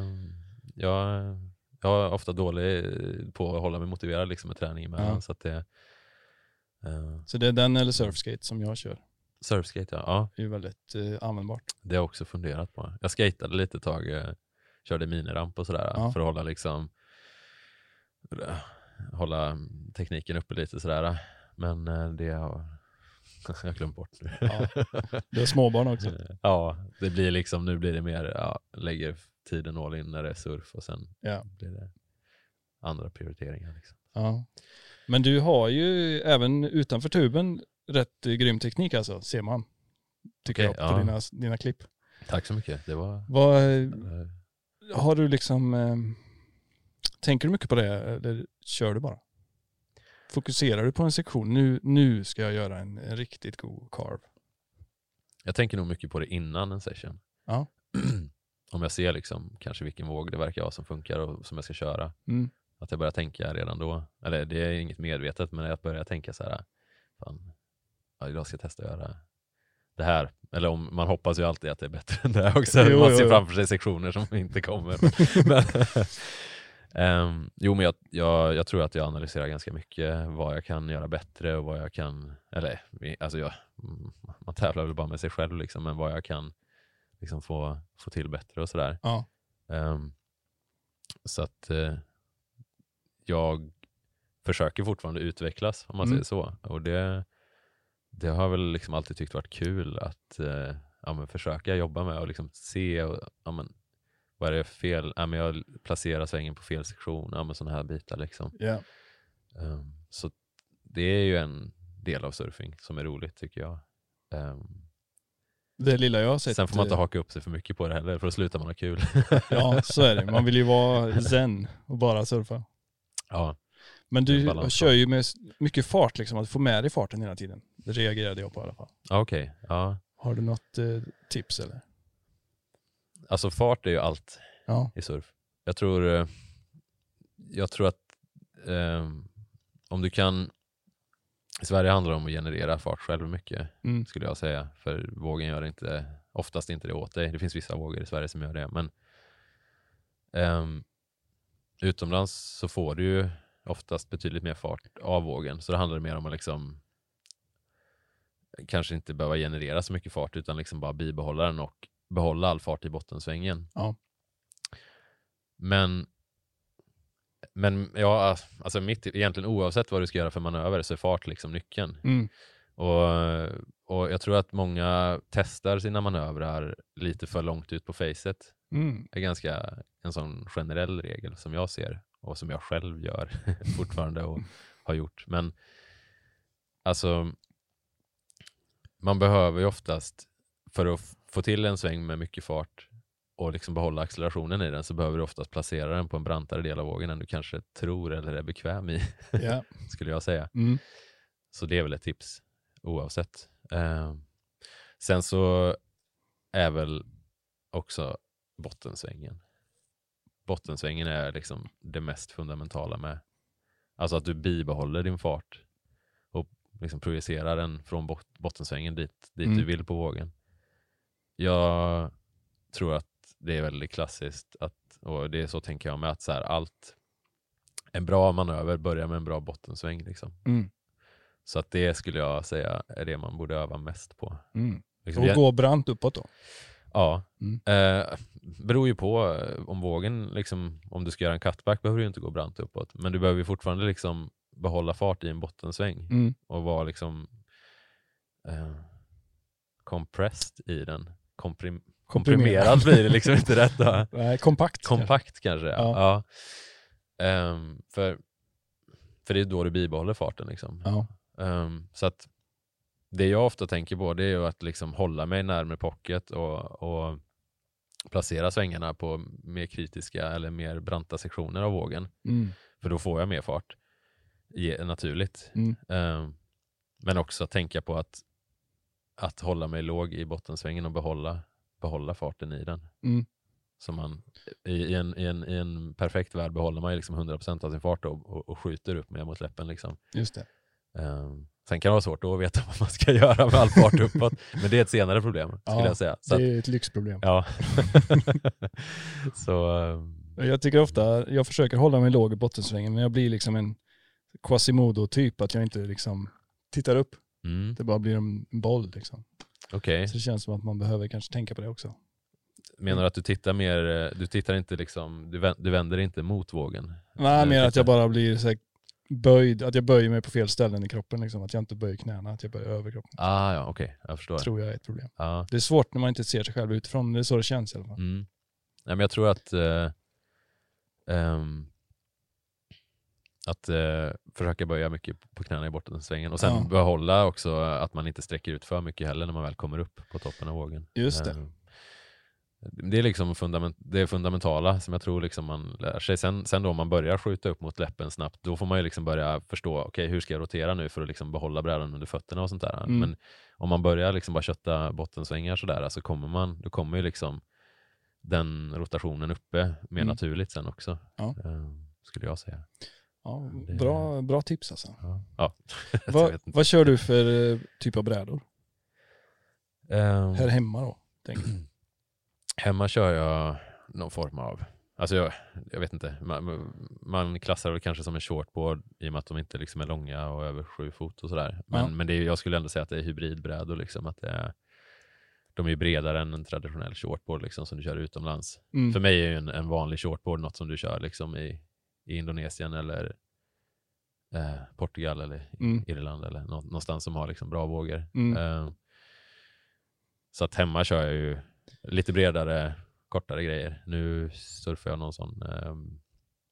jag, jag är ofta dålig på att hålla mig motiverad liksom, med träning emellan. Ja. Så, att det, uh, så det är den eller surfskate som jag kör? Surfskate, ja. ja. Det är ju väldigt uh, användbart. Det har jag också funderat på. Jag skatade lite ett tag, uh, körde miniramp och sådär, ja. för att hålla liksom uh, hålla tekniken uppe lite sådär. Men uh, det har jag glömt bort nu. Ja. Det är småbarn också. Ja, det blir liksom, nu blir det mer, ja, lägger tiden all in när det är surf och sen ja. blir det andra prioriteringar. Liksom. Ja. Men du har ju även utanför tuben rätt grym teknik alltså, ser man. Tycker okay, jag på ja. dina, dina klipp. Tack så mycket. Det var... Vad, har du liksom, eh, tänker du mycket på det eller kör du bara? Fokuserar du på en sektion? Nu, nu ska jag göra en, en riktigt god carve. Jag tänker nog mycket på det innan en session. Ja. Om jag ser liksom kanske vilken våg det verkar vara som funkar och som jag ska köra. Mm. Att jag börjar tänka redan då. Eller det är inget medvetet, men jag börjar tänka så här. Fan, ja, idag ska jag testa att göra det här. Eller om man hoppas ju alltid att det är bättre än det här också. Jo, man ser jo, framför sig sektioner som inte kommer. men, Um, jo men jag, jag, jag tror att jag analyserar ganska mycket vad jag kan göra bättre och vad jag kan, eller alltså jag, man tävlar väl bara med sig själv liksom, men vad jag kan liksom få, få till bättre och sådär. Ja. Um, så att uh, jag försöker fortfarande utvecklas om man mm. säger så, och det, det har jag väl liksom alltid tyckt varit kul att uh, ja, men försöka jobba med och liksom se och, ja, men, vad är det fel? Ja, men jag placerar svängen på fel sektion. Ja, men sådana här bitar liksom. Yeah. Um, så det är ju en del av surfing som är roligt tycker jag. Um, det lilla jag har sett. Sen får man inte haka upp sig för mycket på det heller, för då slutar man ha kul. Ja, så är det. Man vill ju vara zen och bara surfa. Ja. Men du kör ju med mycket fart liksom, att få med dig farten hela tiden. Det reagerade jag på i alla fall. Okej, okay. Ja. Har du något eh, tips eller? Alltså fart är ju allt ja. i surf. Jag tror jag tror att eh, om du kan, i Sverige handlar det om att generera fart själv mycket, mm. skulle jag säga. För vågen gör inte, oftast inte det åt dig. Det finns vissa vågor i Sverige som gör det. Men eh, utomlands så får du ju oftast betydligt mer fart av vågen. Så det handlar mer om att liksom kanske inte behöva generera så mycket fart, utan liksom bara bibehålla den och behålla all fart i bottensvängen. Ja. Men men ja, alltså mitt, egentligen oavsett vad du ska göra för manöver så är fart liksom nyckeln. Mm. Och, och jag tror att många testar sina manövrar lite för långt ut på facet. Mm. Det är ganska en sån generell regel som jag ser och som jag själv gör fortfarande och har gjort. Men alltså man behöver ju oftast, för att få till en sväng med mycket fart och liksom behålla accelerationen i den, så behöver du oftast placera den på en brantare del av vågen än du kanske tror eller är bekväm i. Yeah. Skulle jag säga. Mm. Så det är väl ett tips oavsett. Eh, sen så är väl också bottensvängen. Bottensvängen är liksom det mest fundamentala med, alltså att du bibehåller din fart och liksom projicerar den från bot- bottensvängen dit, dit mm. du vill på vågen. Jag tror att det är väldigt klassiskt att, och det är så tänker jag med, att så här, allt en bra manöver börjar med en bra bottensväng liksom. Mm. Så att det skulle jag säga är det man borde öva mest på. Mm. Liksom, och gå brant uppåt då? Ja. Mm. Eh, beror ju på om vågen liksom, om du ska göra en cutback behöver du inte gå brant uppåt, men du behöver ju fortfarande liksom behålla fart i en bottensväng mm. och vara liksom eh, compressed i den. Komprim- komprimerad blir det liksom inte rätt då. Nej, kompakt. Kompakt kanske, kanske ja. ja. Um, för, för det är då du bibehåller farten liksom. Ja. Um, så att det jag ofta tänker på, det är ju att liksom hålla mig närmare pocket och, och placera svängarna på mer kritiska eller mer branta sektioner av vågen. Mm. För då får jag mer fart i, naturligt. Mm. Um, men också att tänka på att, att hålla mig låg i bottensvängen och behålla, behålla farten i den. Mm. Så man, i, i, en, i, en, i en perfekt värld behåller man liksom hundra procent av sin fart och, och, och skjuter upp med mot läppen. Liksom. Just det. Um, sen kan det vara svårt att veta vad man ska göra med all fart uppåt. Men det är ett senare problem, skulle ja, jag säga. Så det är att, ett lyxproblem. ja. Så, um, jag tycker ofta, jag försöker hålla mig låg i bottensvängen, men jag blir liksom en Quasimodo-typ, att jag inte liksom tittar upp. mm. Det bara blir en boll liksom. Okej. Så det känns som att man behöver kanske tänka på det också. Menar du att du tittar mer, du tittar inte liksom, du, vänder, du vänder inte mot vågen? Nej, mer att jag bara blir så här böjd, att jag böjer mig på fel ställen i kroppen liksom, att jag inte böjer knäna, att jag böjer över kroppen. Ah, ja, okej, okay. Jag förstår. Tror jag är ett problem. Ah. Det är svårt när man inte ser sig själv utifrån, det är så det känns i alla fall. Mm. Nej, men jag tror att uh, um, att uh, försöka böja mycket på knäna i bottensvängen och sen ja. behålla också att man inte sträcker ut för mycket heller när man väl kommer upp på toppen av vågen. Just det. Uh, Det är liksom fundament, det fundamentala som jag tror liksom man lär sig. Sen, sen då om man börjar skjuta upp mot läppen snabbt, då får man ju liksom börja förstå, okej, okay, hur ska jag rotera nu för att liksom behålla brädan under fötterna och sånt där. Mm. Men om man börjar liksom bara kötta bottensvängar sådär, så kommer man, då kommer ju liksom den rotationen uppe mer mm. naturligt sen också. Ja. Uh, skulle jag säga. Ja, det... bra, bra tips alltså. Ja. Ja. vad, vad kör du för uh, typ av brädor? Um... Här hemma då, tänk. Hemma kör jag någon form av, alltså jag, jag vet inte, man, man klassar det kanske som en shortboard i och med att de inte liksom är långa och över sju fot och sådär. Men, ja. men det är, jag skulle ändå säga att det är hybridbrädor liksom, att det är, de är bredare än en traditionell shortboard liksom, som du kör utomlands. Mm. För mig är ju en, en vanlig shortboard något som du kör liksom i, i Indonesien eller eh, Portugal eller mm. Irland eller nå, någonstans som har liksom bra vågor. Mm. Eh, så att hemma kör jag ju lite bredare, kortare grejer. Nu surfar jag någon sån um,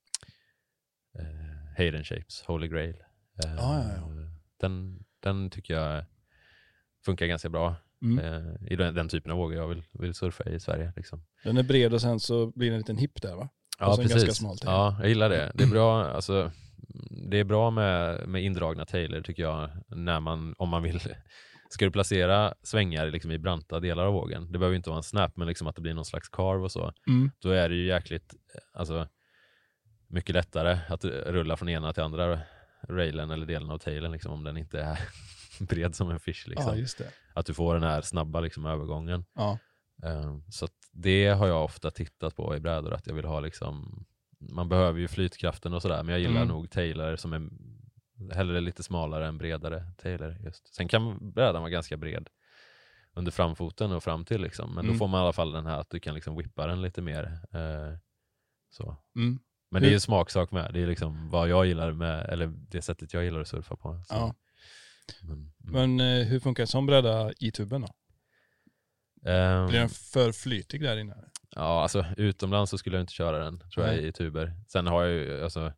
uh, Hayden Shapes, Holy Grail. Uh, ah, ja, ja. Den, den tycker jag funkar ganska bra mm. uh, i den, den typen av vågor jag vill, vill surfa i Sverige. Liksom. Den är bred och sen så blir det en liten hip där, va? Ja, precis. Ganska smal tail. Ja, jag gillar det. Det är bra, alltså, det är bra med, med indragna tailer tycker jag, när man, om man vill. Ska du placera svängar liksom i branta delar av vågen, det behöver inte vara en snap, men liksom att det blir någon slags carve och så, mm. då är det ju jäkligt, alltså mycket lättare att rulla från ena till andra railen eller delen av tailen liksom, om den inte är bred som en fish liksom. Ja, just det. Att du får den här snabba liksom övergången. Ja. Um, så att det har jag ofta tittat på i brädor, att jag vill ha liksom, man behöver ju flytkraften och sådär, men jag gillar mm. nog tailer som är hellre lite smalare än bredare tailer just. Sen kan brädan vara ganska bred under framfoten och fram till liksom, men mm. då får man i alla fall den här att du kan liksom whippa den lite mer eh, så. Mm. Men det är ju smaksak med. Det är liksom vad jag gillar med, eller det sättet jag gillar att surfa på. Så. Ja. Men, mm. men eh, hur funkar en sån bräda i tuben då? Um, Blir den för flytig där inne? Ja, alltså utomlands så skulle jag inte köra den, tror Nej. jag, i tuber. Sen har jag ju, alltså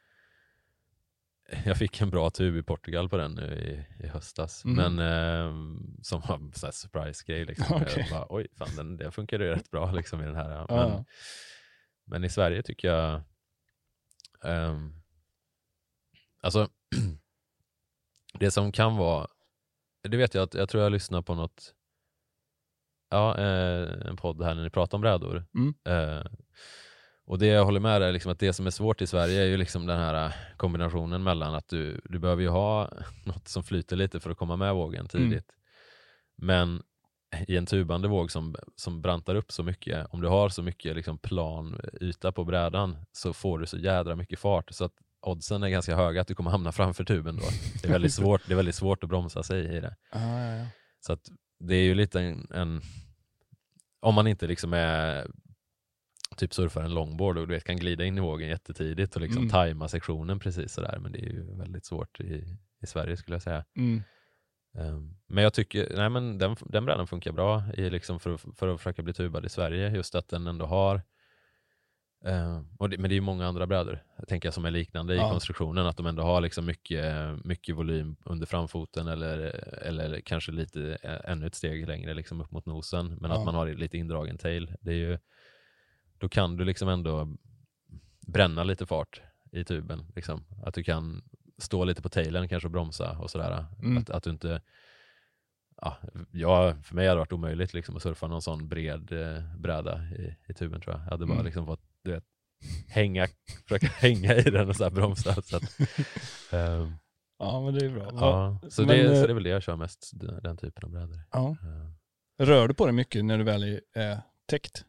jag fick en bra tub i Portugal på den nu i, i höstas. Mm. Men eh, som var en sån här surprise-grej. Liksom. Okay. Jag bara, oj, fan, den, den funkar ju rätt bra liksom, i den här. Men, uh. men i Sverige tycker jag um, alltså det som kan vara, det vet jag att jag tror jag lyssnar på något ja, eh, en podd här när ni pratar om brädor. Mm. Eh, Och det jag håller med är liksom att det som är svårt i Sverige är ju liksom den här kombinationen mellan att du, du behöver ju ha något som flyter lite för att komma med vågen tidigt. Mm. Men i en tubande våg som, som brantar upp så mycket, om du har så mycket liksom plan yta på brädan, så får du så jädra mycket fart så att oddsen är ganska höga att du kommer hamna framför tuben då. Det är väldigt svårt, det är väldigt svårt att bromsa sig i det. Ah, ja, ja. Så att det är ju lite en, en om man inte liksom är typ surfar en longboard och du vet, kan glida in i vågen jättetidigt och liksom mm. tajma sektionen precis sådär, men det är ju väldigt svårt i, i Sverige skulle jag säga. Mm. Um, men jag tycker, nej men den, den brädan funkar bra i liksom för, för att försöka bli tubad i Sverige, just att den ändå har Uh, och det, men det är ju många andra brädor, jag tänker, som är liknande ja. i konstruktionen, att de ändå har liksom mycket, mycket volym under framfoten eller, eller kanske lite ännu ett steg längre liksom upp mot nosen, men ja. att man har lite indragen tail. Det är ju, då kan du liksom ändå bränna lite fart i tuben. Liksom. Att du kan stå lite på tailen kanske och bromsa och sådär. Mm. Att, att du inte... Ja, jag, för mig hade det varit omöjligt liksom, att surfa någon sån bred eh, bräda i, i tuben, tror jag. Jag hade bara mm. liksom fått, du vet, hänga, försöka hänga i den och så här bromsa. Så att, um, ja, men det är bra. Ja, så, men, det, så det är väl det jag kör mest, den, den typen av brädor. Ja. Uh. Rör du på dig mycket när du väl är äh, täckt?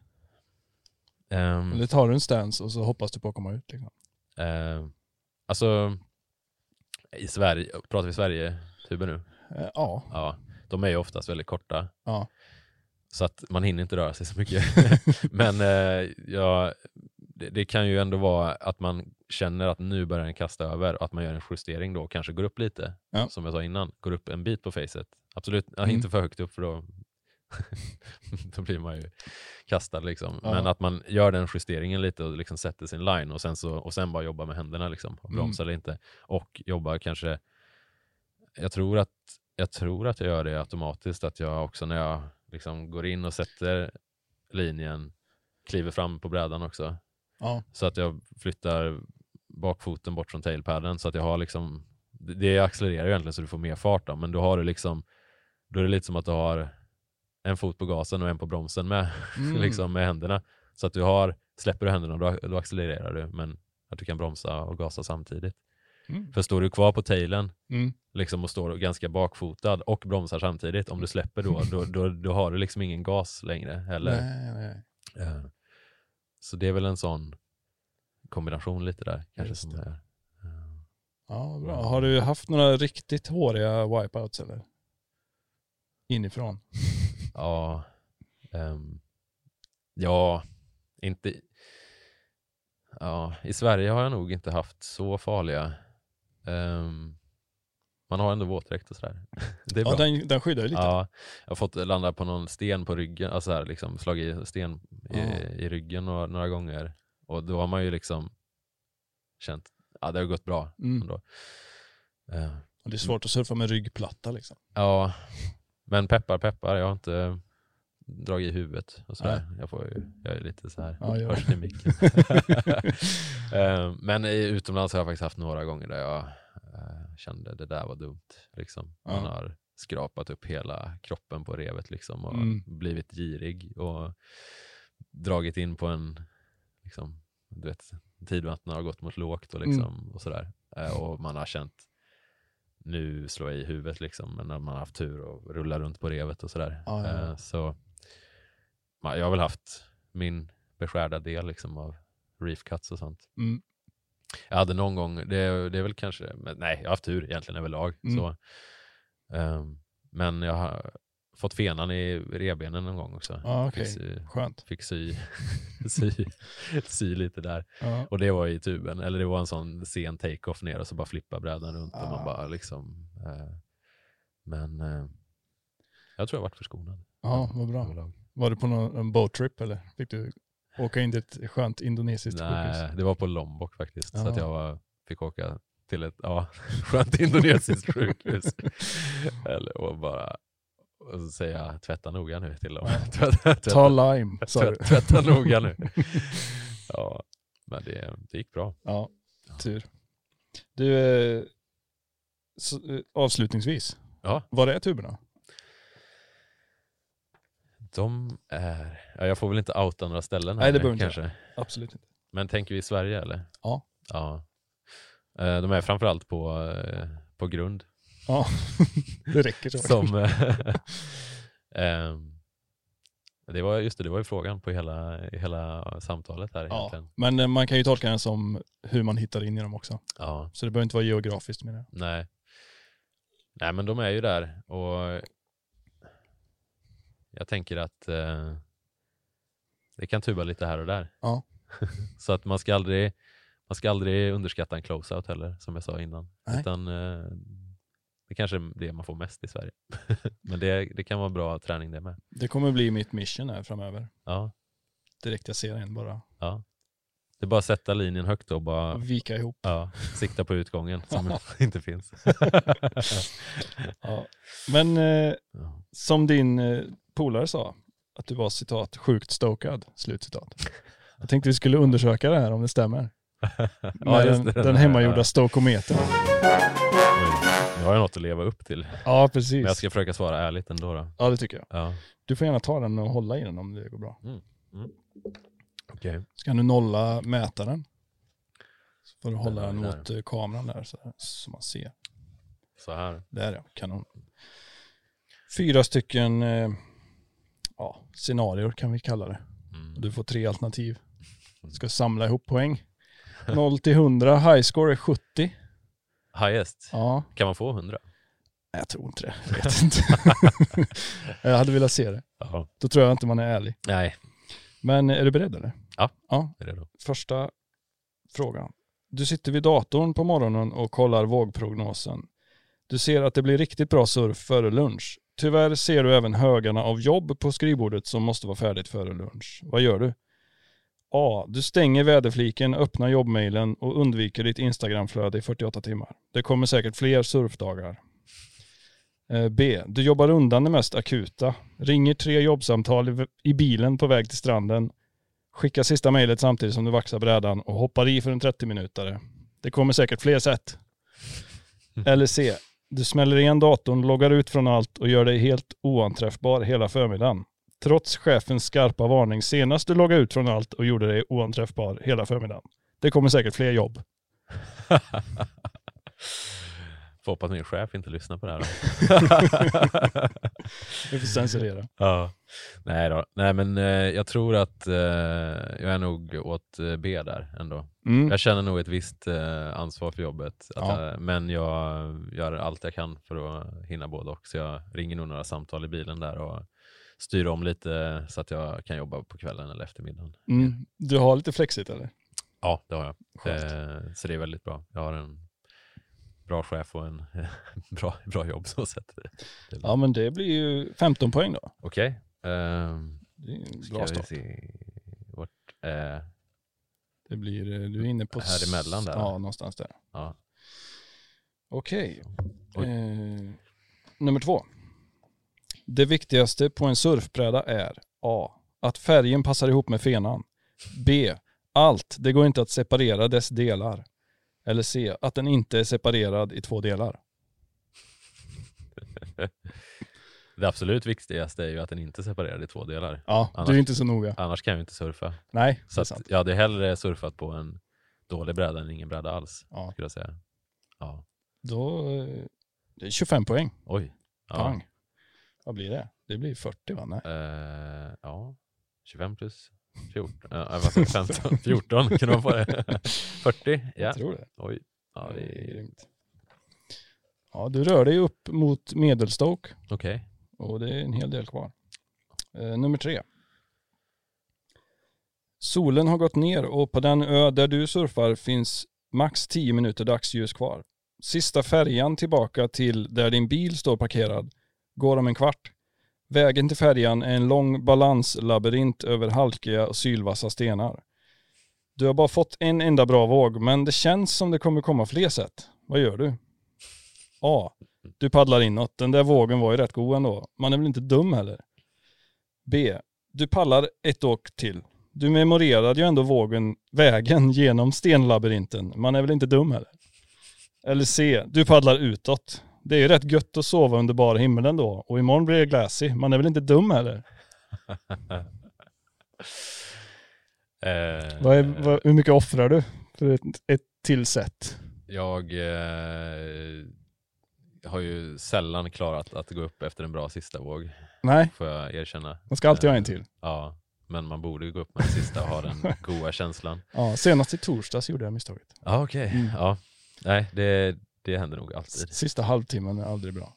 Um, Eller tar du en stance och så hoppas du på att komma ut? Liksom? Uh, alltså, i Sverige, pratar vi Sverige-tuber nu? Uh, ja. Ja. De är ju oftast väldigt korta. Ja. Så att man hinner inte röra sig så mycket. Men eh, ja, det, det kan ju ändå vara att man känner att nu börjar den kasta över. Och att man gör en justering då och kanske går upp lite. Ja. Som jag sa innan. Går upp en bit på facet. Absolut, ja, mm. inte för högt upp, för då, då blir man ju kastad liksom. Ja. Men att man gör den justeringen lite och liksom sätter sin line. Och sen, så, och sen bara jobba med händerna liksom. Och bromsa mm. eller inte. Och jobba kanske... Jag tror att Jag tror att jag gör det automatiskt, att jag också när jag liksom går in och sätter linjen kliver fram på brädan också. Ja. Så att jag flyttar bakfoten bort från tailpadden, så att jag har liksom, det accelererar ju egentligen så du får mer fart då, men då har du liksom, då är det lite som att du har en fot på gasen och en på bromsen med, mm. liksom med händerna. Så att du har, släpper du händerna då, då accelererar du, men att du kan bromsa och gasa samtidigt. Mm. För står du kvar på tailen mm. liksom, och står ganska bakfotad och bromsar samtidigt, om du släpper då, då, då, då har du liksom ingen gas längre heller. Nej, nej. Uh, så det är väl en sån kombination lite där kanske som är, uh, ja, bra. Har du haft några riktigt håriga wipeouts eller? Inifrån? Ja. Um, ja, inte... Ja, i Sverige har jag nog inte haft så farliga. Um, man har ändå våtdräkt och sådär. Det är ja, bra. Den, den skyddar ju lite. Ja, jag har fått landa på någon sten på ryggen, alltså här, liksom slagit sten i, ja. i ryggen några, några gånger. Och då har man ju liksom känt, ja, det har gått bra mm. ändå. Uh, och det är svårt att surfa med ryggplatta liksom. Ja, men peppar, peppar, jag har inte dragit i huvudet och sådär. Jag får ju, jag är lite så här ja, hörs till micken. uh, men utomlands har jag faktiskt haft några gånger där jag uh, kände det där var dumt liksom. Man ja. har skrapat upp hela kroppen på revet liksom och mm. blivit girig och dragit in på en liksom, du vet, tidvattnet har gått mot lågt och liksom mm. och sådär. Uh, och man har känt nu slår jag i huvudet liksom, men när man har haft tur och rullar runt på revet och sådär. Ja, ja, ja. Uh, så jag har väl haft min beskärda del liksom av reef cuts och sånt. Mm. Jag hade någon gång, det, det är väl kanske, men nej, jag har haft tur egentligen överlag. Mm. Så, um, men jag har fått fenan i rebenen någon gång också. Ah, okay. Fick sy, Skönt. Fick sy, sy, sy lite där. Ah. Och det var i tuben, eller det var en sån sen take-off ner och så bara flippa brädan runt ah. och man bara liksom, uh, men uh, jag tror jag varit förskonad. Ja, vad bra. Överlag. Var du på någon en boat trip eller fick du åka in till ett skönt indonesiskt Nej, sjukhus? Det var på Lombok faktiskt. Ja. Så att jag var, fick åka till ett ja, skönt indonesiskt sjukhus. eller, och bara och så säga tvätta noga nu till dem. Ja. tvätta, tvätta, Ta lime, tvätta, tvätta noga nu. Ja, men det, det gick bra. Ja, tur. Du, eh, så, eh, avslutningsvis. Ja. Var är tuberna? De är... Ja, jag får väl inte outa några ställen här. Nej, det behöver kanske. Inte. Absolut inte. Men tänker vi i Sverige eller? Ja. Ja. De är framförallt på, på grund. Ja, det räcker så. Som, ähm, det var just det, det var ju frågan på hela, hela samtalet här ja, egentligen. Men man kan ju tolka den som hur man hittar in i dem också. Ja. Så det behöver inte vara geografiskt med det. Nej. Nej, men de är ju där och jag tänker att eh, det kan tuba lite här och där. Ja. Så att man ska aldrig man ska aldrig underskatta en close-out heller, som jag sa innan. Nej. Utan eh, det kanske är det man får mest i Sverige. Men det, det kan vara bra träning det med. Det kommer bli mitt mission här framöver. Ja. Direkt jag ser en bara. Ja. Det är bara att sätta linjen högt och bara... Vika ihop. Ja, sikta på utgången som inte finns. Ja. Men eh, ja. som din eh, polare sa, att du var citat sjukt stokad, slutcitat. Jag tänkte vi skulle undersöka det här om det stämmer. Ja, den, den, den hemmagjorda stokometern. Nu har jag något att leva upp till. Ja, precis. Men jag ska försöka svara ärligt ändå då. Ja, det tycker jag. Ja. Du får gärna ta den och hålla i den om det går bra. Mm. Mm. Okej. Okay. Ska du nolla mätaren? Så får du hålla den mot här. Kameran där så, här, så man ser. Så här. Där ja, kanon. Fyra stycken eh, ja, scenarier kan vi kalla det. Mm. Du får tre alternativ. Du ska samla ihop poäng. noll till hundra, high score är sjuttio. Highest? Ja. Kan man få hundra? Jag tror inte det. Jag vet inte. Jag hade velat se det. Aha. Då tror jag inte man är ärlig. Nej. Men är du beredd eller? Ja, ja. är redo. Första frågan. Du sitter vid datorn på morgonen och kollar vågprognosen. Du ser att det blir riktigt bra surf före lunch. Tyvärr ser du även högarna av jobb på skrivbordet som måste vara färdigt före lunch. Vad gör du? A. Du stänger väderfliken, öppnar jobbmailen och undviker ditt Instagramflöde i fyrtioåtta timmar. Det kommer säkert fler surfdagar. B. Du jobbar undan det mest akuta. Ringer tre jobbsamtal i bilen på väg till stranden. Skickar sista mejlet samtidigt som du vaxar brädan och hoppar i för en trettio minuter. Det kommer säkert fler sätt. Eller C. Du smäller igen datorn, loggar ut från allt och gör dig helt oanträffbar hela förmiddagen. Trots chefens skarpa varning senast du loggade ut från allt och gjorde dig oanträffbar hela förmiddagen. Det kommer säkert fler jobb. Får hoppas min chef inte lyssnar på det här då. Vi får censurera. Ja. Nej då. Nej men eh, jag tror att eh, jag är nog åt eh, B där ändå. Mm. Jag känner nog ett visst eh, ansvar för jobbet. Att ja. jag, men jag gör allt jag kan för att hinna både och. Så jag ringer nog några samtal i bilen där och styr om lite så att jag kan jobba på kvällen eller eftermiddagen. Mm. Du har lite flexigt eller? Ja, det har jag. Eh, så det är väldigt bra. Jag har en bra chef och en bra, bra jobb så sett. Ja, men det blir ju femton poäng då. Okej. Okay. Um, det är en bra start. Vart, uh, det blir, du är inne på... Här emellan där? Ja, någonstans där. Ja. Okej. Okay. Uh, nummer två. Det viktigaste på en surfbräda är A. Att färgen passar ihop med fenan. B. Allt. Det går inte att separera dess delar. Eller C. Att den inte är separerad i två delar. Det absolut viktigaste är ju att den inte är separerad i två delar. Ja, annars, du är inte så noga. Annars kan jag inte surfa. Nej, så att jag hade hellre surfat på en dålig bräda än ingen bräda alls. Ja. Skulle jag säga. Ja. Då, det är tjugofem poäng. Oj. Ja. Pang. Vad blir det? Det blir fyrtio va? Nej. Uh, ja, tjugofem plus fjorton. Uh, vad sa femton? fjorton kan man få det. fyrtio, ja. Jag tror det. Oj. Ja, det är grymt. Ja, du rör dig upp mot medelstoke. Okej. Okay. Och det är en hel del kvar. Uh, nummer tre. Solen har gått ner och på den ö där du surfar finns max tio minuter dagsljus kvar. Sista färjan tillbaka till där din bil står parkerad går om en kvart. Vägen till färjan är en lång balanslabyrint över halkiga och sylvassa stenar. Du har bara fått en enda bra våg, men det känns som det kommer komma fler sätt. Vad gör du? A. Du paddlar inåt. Den där vågen var ju rätt god ändå. Man är väl inte dum heller. B. Du pallar ett åk till. Du memorerade ju ändå vågen, vägen genom stenlabyrinten. Man är väl inte dum heller. Eller C. Du paddlar utåt. Det är ju rätt gött att sova under bara himlen då. Och imorgon blir det glassy. Man är väl inte dum heller? eh, vad är, vad, hur mycket offrar du för ett, ett till sätt? Jag eh, har ju sällan klarat att gå upp efter en bra sista våg. Nej. Får jag erkänna. Man ska alltid eh, ha en till. Ja, men man borde gå upp med den sista och ha den goda känslan. Ja, senast i torsdags gjorde jag misstaget. Ja, okej. Okay. Mm. Ja. Nej, det, det händer nog alltid. Sista halvtimmen är aldrig bra.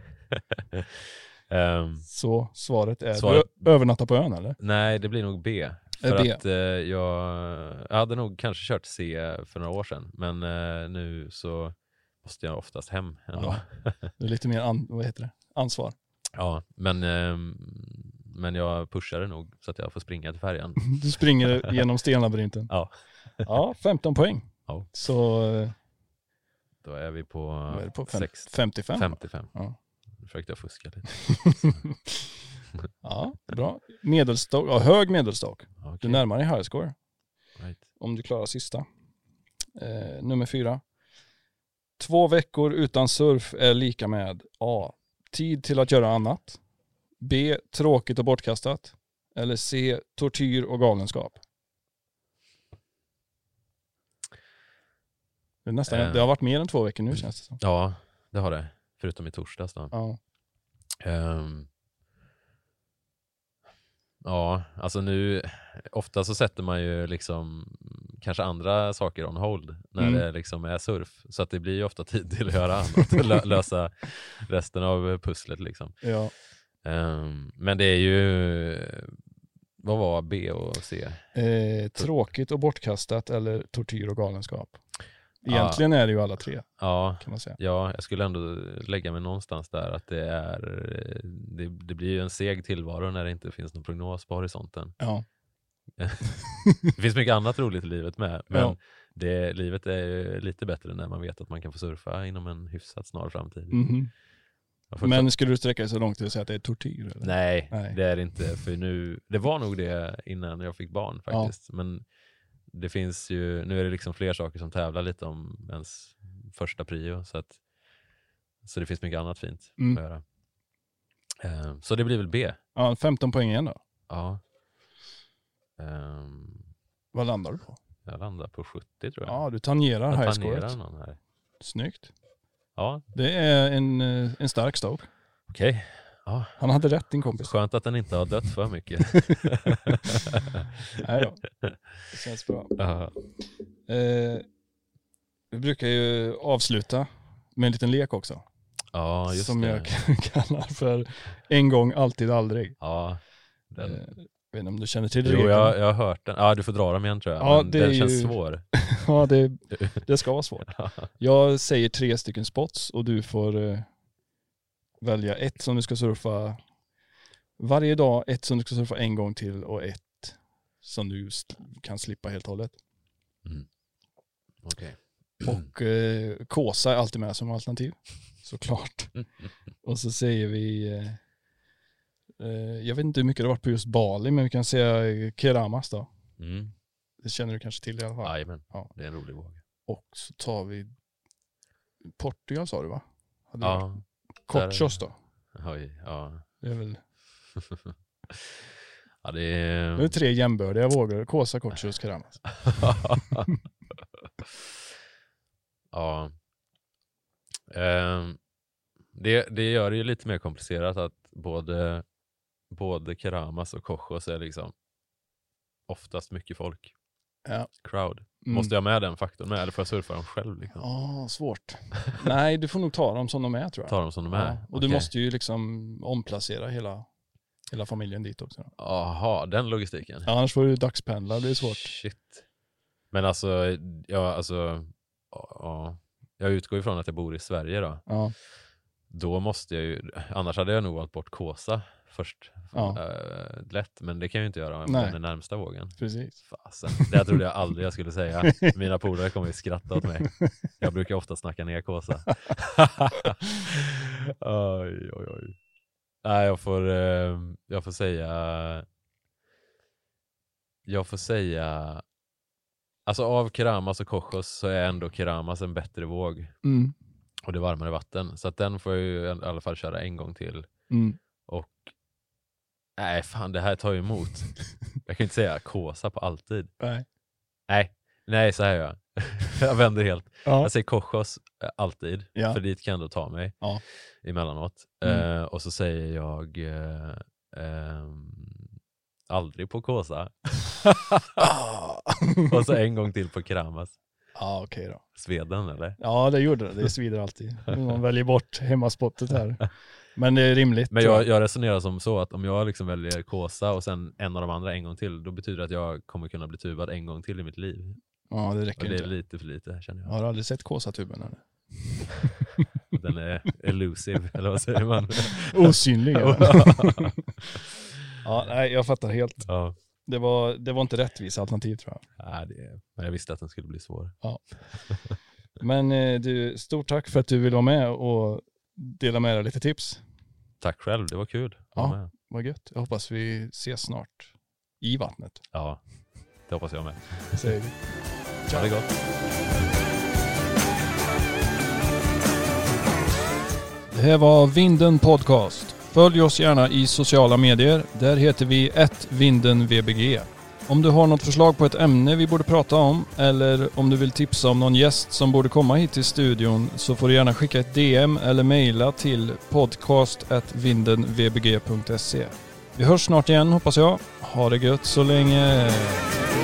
um, Så svaret är, svaret, du övernatta på ön eller? Nej, det blir nog B. För B. att eh, jag, jag hade nog kanske kört C för några år sedan. Men eh, nu så måste jag oftast hem ändå. Ja, det är lite mer an, vad heter det? ansvar. Ja, men, eh, men jag pushar det nog så att jag får springa till färjan. Du springer genom stenlabyrinten. Ja. Ja, femton poäng. Ja. Så då är vi på, är det på fem, sex, femtiofem. femtiofem. Ja. Nu försökte jag fuska lite. Ja, bra. Medelstock, ja, hög medelstock. Okay. Du närmar dig high score. Right. Om du klarar sista. Eh, nummer fyra. Två veckor utan surf är lika med A. Tid till att göra annat. B. Tråkigt och bortkastat. Eller C. Tortyr och galenskap. Det, är nästan, eh. det har varit mer än två veckor nu, känns det som. Ja, det har det. Förutom i torsdags då. Ja. Um, ja, alltså nu ofta så sätter man ju liksom kanske andra saker on hold när mm. det liksom är surf. Så att det blir ju ofta tid till att göra annat och lö- lösa resten av pusslet liksom. Ja. Um, men det är ju, vad var B och C? Eh, tråkigt och bortkastat eller tortyr och galenskap. Egentligen ja. Är det ju alla tre. Ja, kan man säga. Ja, jag skulle ändå lägga mig någonstans där att det är det, det blir ju en seg tillvaro när det inte finns någon prognos på horisonten. Ja. Det finns mycket annat roligt i livet med, men ja. det, livet är ju lite bättre när man vet att man kan få surfa inom en hyfsat snar framtid. Mm-hmm. Men skulle du sträcka dig så långt till att säga att det är tortyr? Eller? Nej, Nej, det är det inte. För nu, det var nog det innan jag fick barn faktiskt. Ja. Men det finns ju, nu är det liksom fler saker som tävlar lite om ens första prio. Så, att, så det finns mycket annat fint mm. att göra. Uh, så det blir väl B. Ja, femton poäng igen då. Ja. Um, Vad landar du på? Jag landar på sjuttio tror jag. Ja, du tangerar jag high tangerar scoret. Någon här. Snyggt. Ja. Det är en, en stark stopp. Okej. Okay. Ja. Han hade rätt, din kompis. Skönt att den inte har dött för mycket. Nej då. Det känns bra. Eh, vi brukar ju avsluta med en liten lek också. Ja, just som det. jag kallar för en gång, alltid, aldrig. Ja. Den... Eh, jag vet inte om du känner till det. Jo, jag, jag har hört den. Ja, du får dra dem igen tror jag. Ja, men det den är känns ju... svår. Ja, det, det ska vara svårt. Jag säger tre stycken spots och du får eh, välja ett som du ska surfa varje dag, ett som du ska surfa en gång till och ett som du kan slippa helt och hållet. Mm. Okej. Okay. Och eh, Kåsa är alltid med som alternativ, såklart. Och så säger vi eh, eh, jag vet inte hur mycket det har varit på just Bali, men vi kan säga Keramas då. Mm. Det känner du kanske till i alla fall. Jajamän, ja. Det är en rolig våg. Och så tar vi Portugal sa du va? Hade ja. Cochos då? Oj, ja. Det är väl... ja, det är... Det är tre jämbördiga vågor. Kåsa, Cochos, Keramas. Ja. Um, det, det gör det ju lite mer komplicerat att både, både Keramas och Cochos är liksom oftast mycket folk. Ja. Crowd. Mm. Måste jag med den faktorn med eller får jag surfa dem själv? Liksom? Ja, svårt. Nej, du får nog ta dem som de är tror jag. Ta dem som de är? Ja. Och okay. du måste ju liksom omplacera hela, hela familjen dit också. Jaha, den logistiken. Ja, annars får du dagspendla, det är svårt. Shit. Men alltså, ja, alltså ja, jag utgår ifrån att jag bor i Sverige då. Ja. Då måste jag ju, annars hade jag nog valt bort Kåsa först. Ja. Äh, lätt, men det kan jag ju inte göra om Nej. den är närmsta vågen. Precis. Fasen. Det trodde jag aldrig jag skulle säga. Mina polare kommer ju skratta åt mig. Jag brukar ofta snacka ner Kåsa. oj, oj, oj. Nej, jag får, eh, jag får säga jag får säga alltså av Keramas och Cochos så är ändå Keramas en bättre våg. Mm. Och det är varmare vatten. Så att den får jag ju i alla fall köra en gång till. Mm. Och nej, fan, det här tar ju emot. Jag kan inte säga Kåsa på alltid. Nej. Nej, nej så här gör jag. Jag vänder helt. Ja. Jag säger Cochos alltid. Ja. För dit kan jag ändå ta mig. Ja. Emellanåt. Mm. Uh, och så säger jag uh, um, aldrig på Kåsa. Och så en gång till på Keramas. Ja, okej okay då. Sveden, eller? Ja, det gjorde det. Det svider alltid. Man väljer bort hemmaspottet här. Men det är rimligt. Men jag, jag resonerar som så att om jag liksom väljer Kåsa och sen en av de andra en gång till, då betyder det att jag kommer kunna bli tubad en gång till i mitt liv. Ja, det räcker och det inte. är lite för lite, känner jag. Jag har aldrig sett Kåsa-tuben eller? Den är elusive, eller vad säger man? Osynlig. Ja, nej, jag fattar helt. Ja. Det var, det var inte rättvisa alternativ tror jag. Ja, det, men jag visste att den skulle bli svår. Ja. Men du, stort tack för att du vill vara med och dela med dig lite tips. Tack själv, det var kul. Ja, med. vad gött. Jag hoppas vi ses snart i vattnet. Ja, det hoppas jag med. Säger vi. Ha det gott. Det här var Vinden Podcast. Följ oss gärna i sociala medier. Där heter vi ett vinden V B G. Om du har något förslag på ett ämne vi borde prata om eller om du vill tipsa om någon gäst som borde komma hit till studion så får du gärna skicka ett D M eller mejla till podcast at vinden v b g punkt se. Vi hörs snart igen hoppas jag. Ha det gött så länge.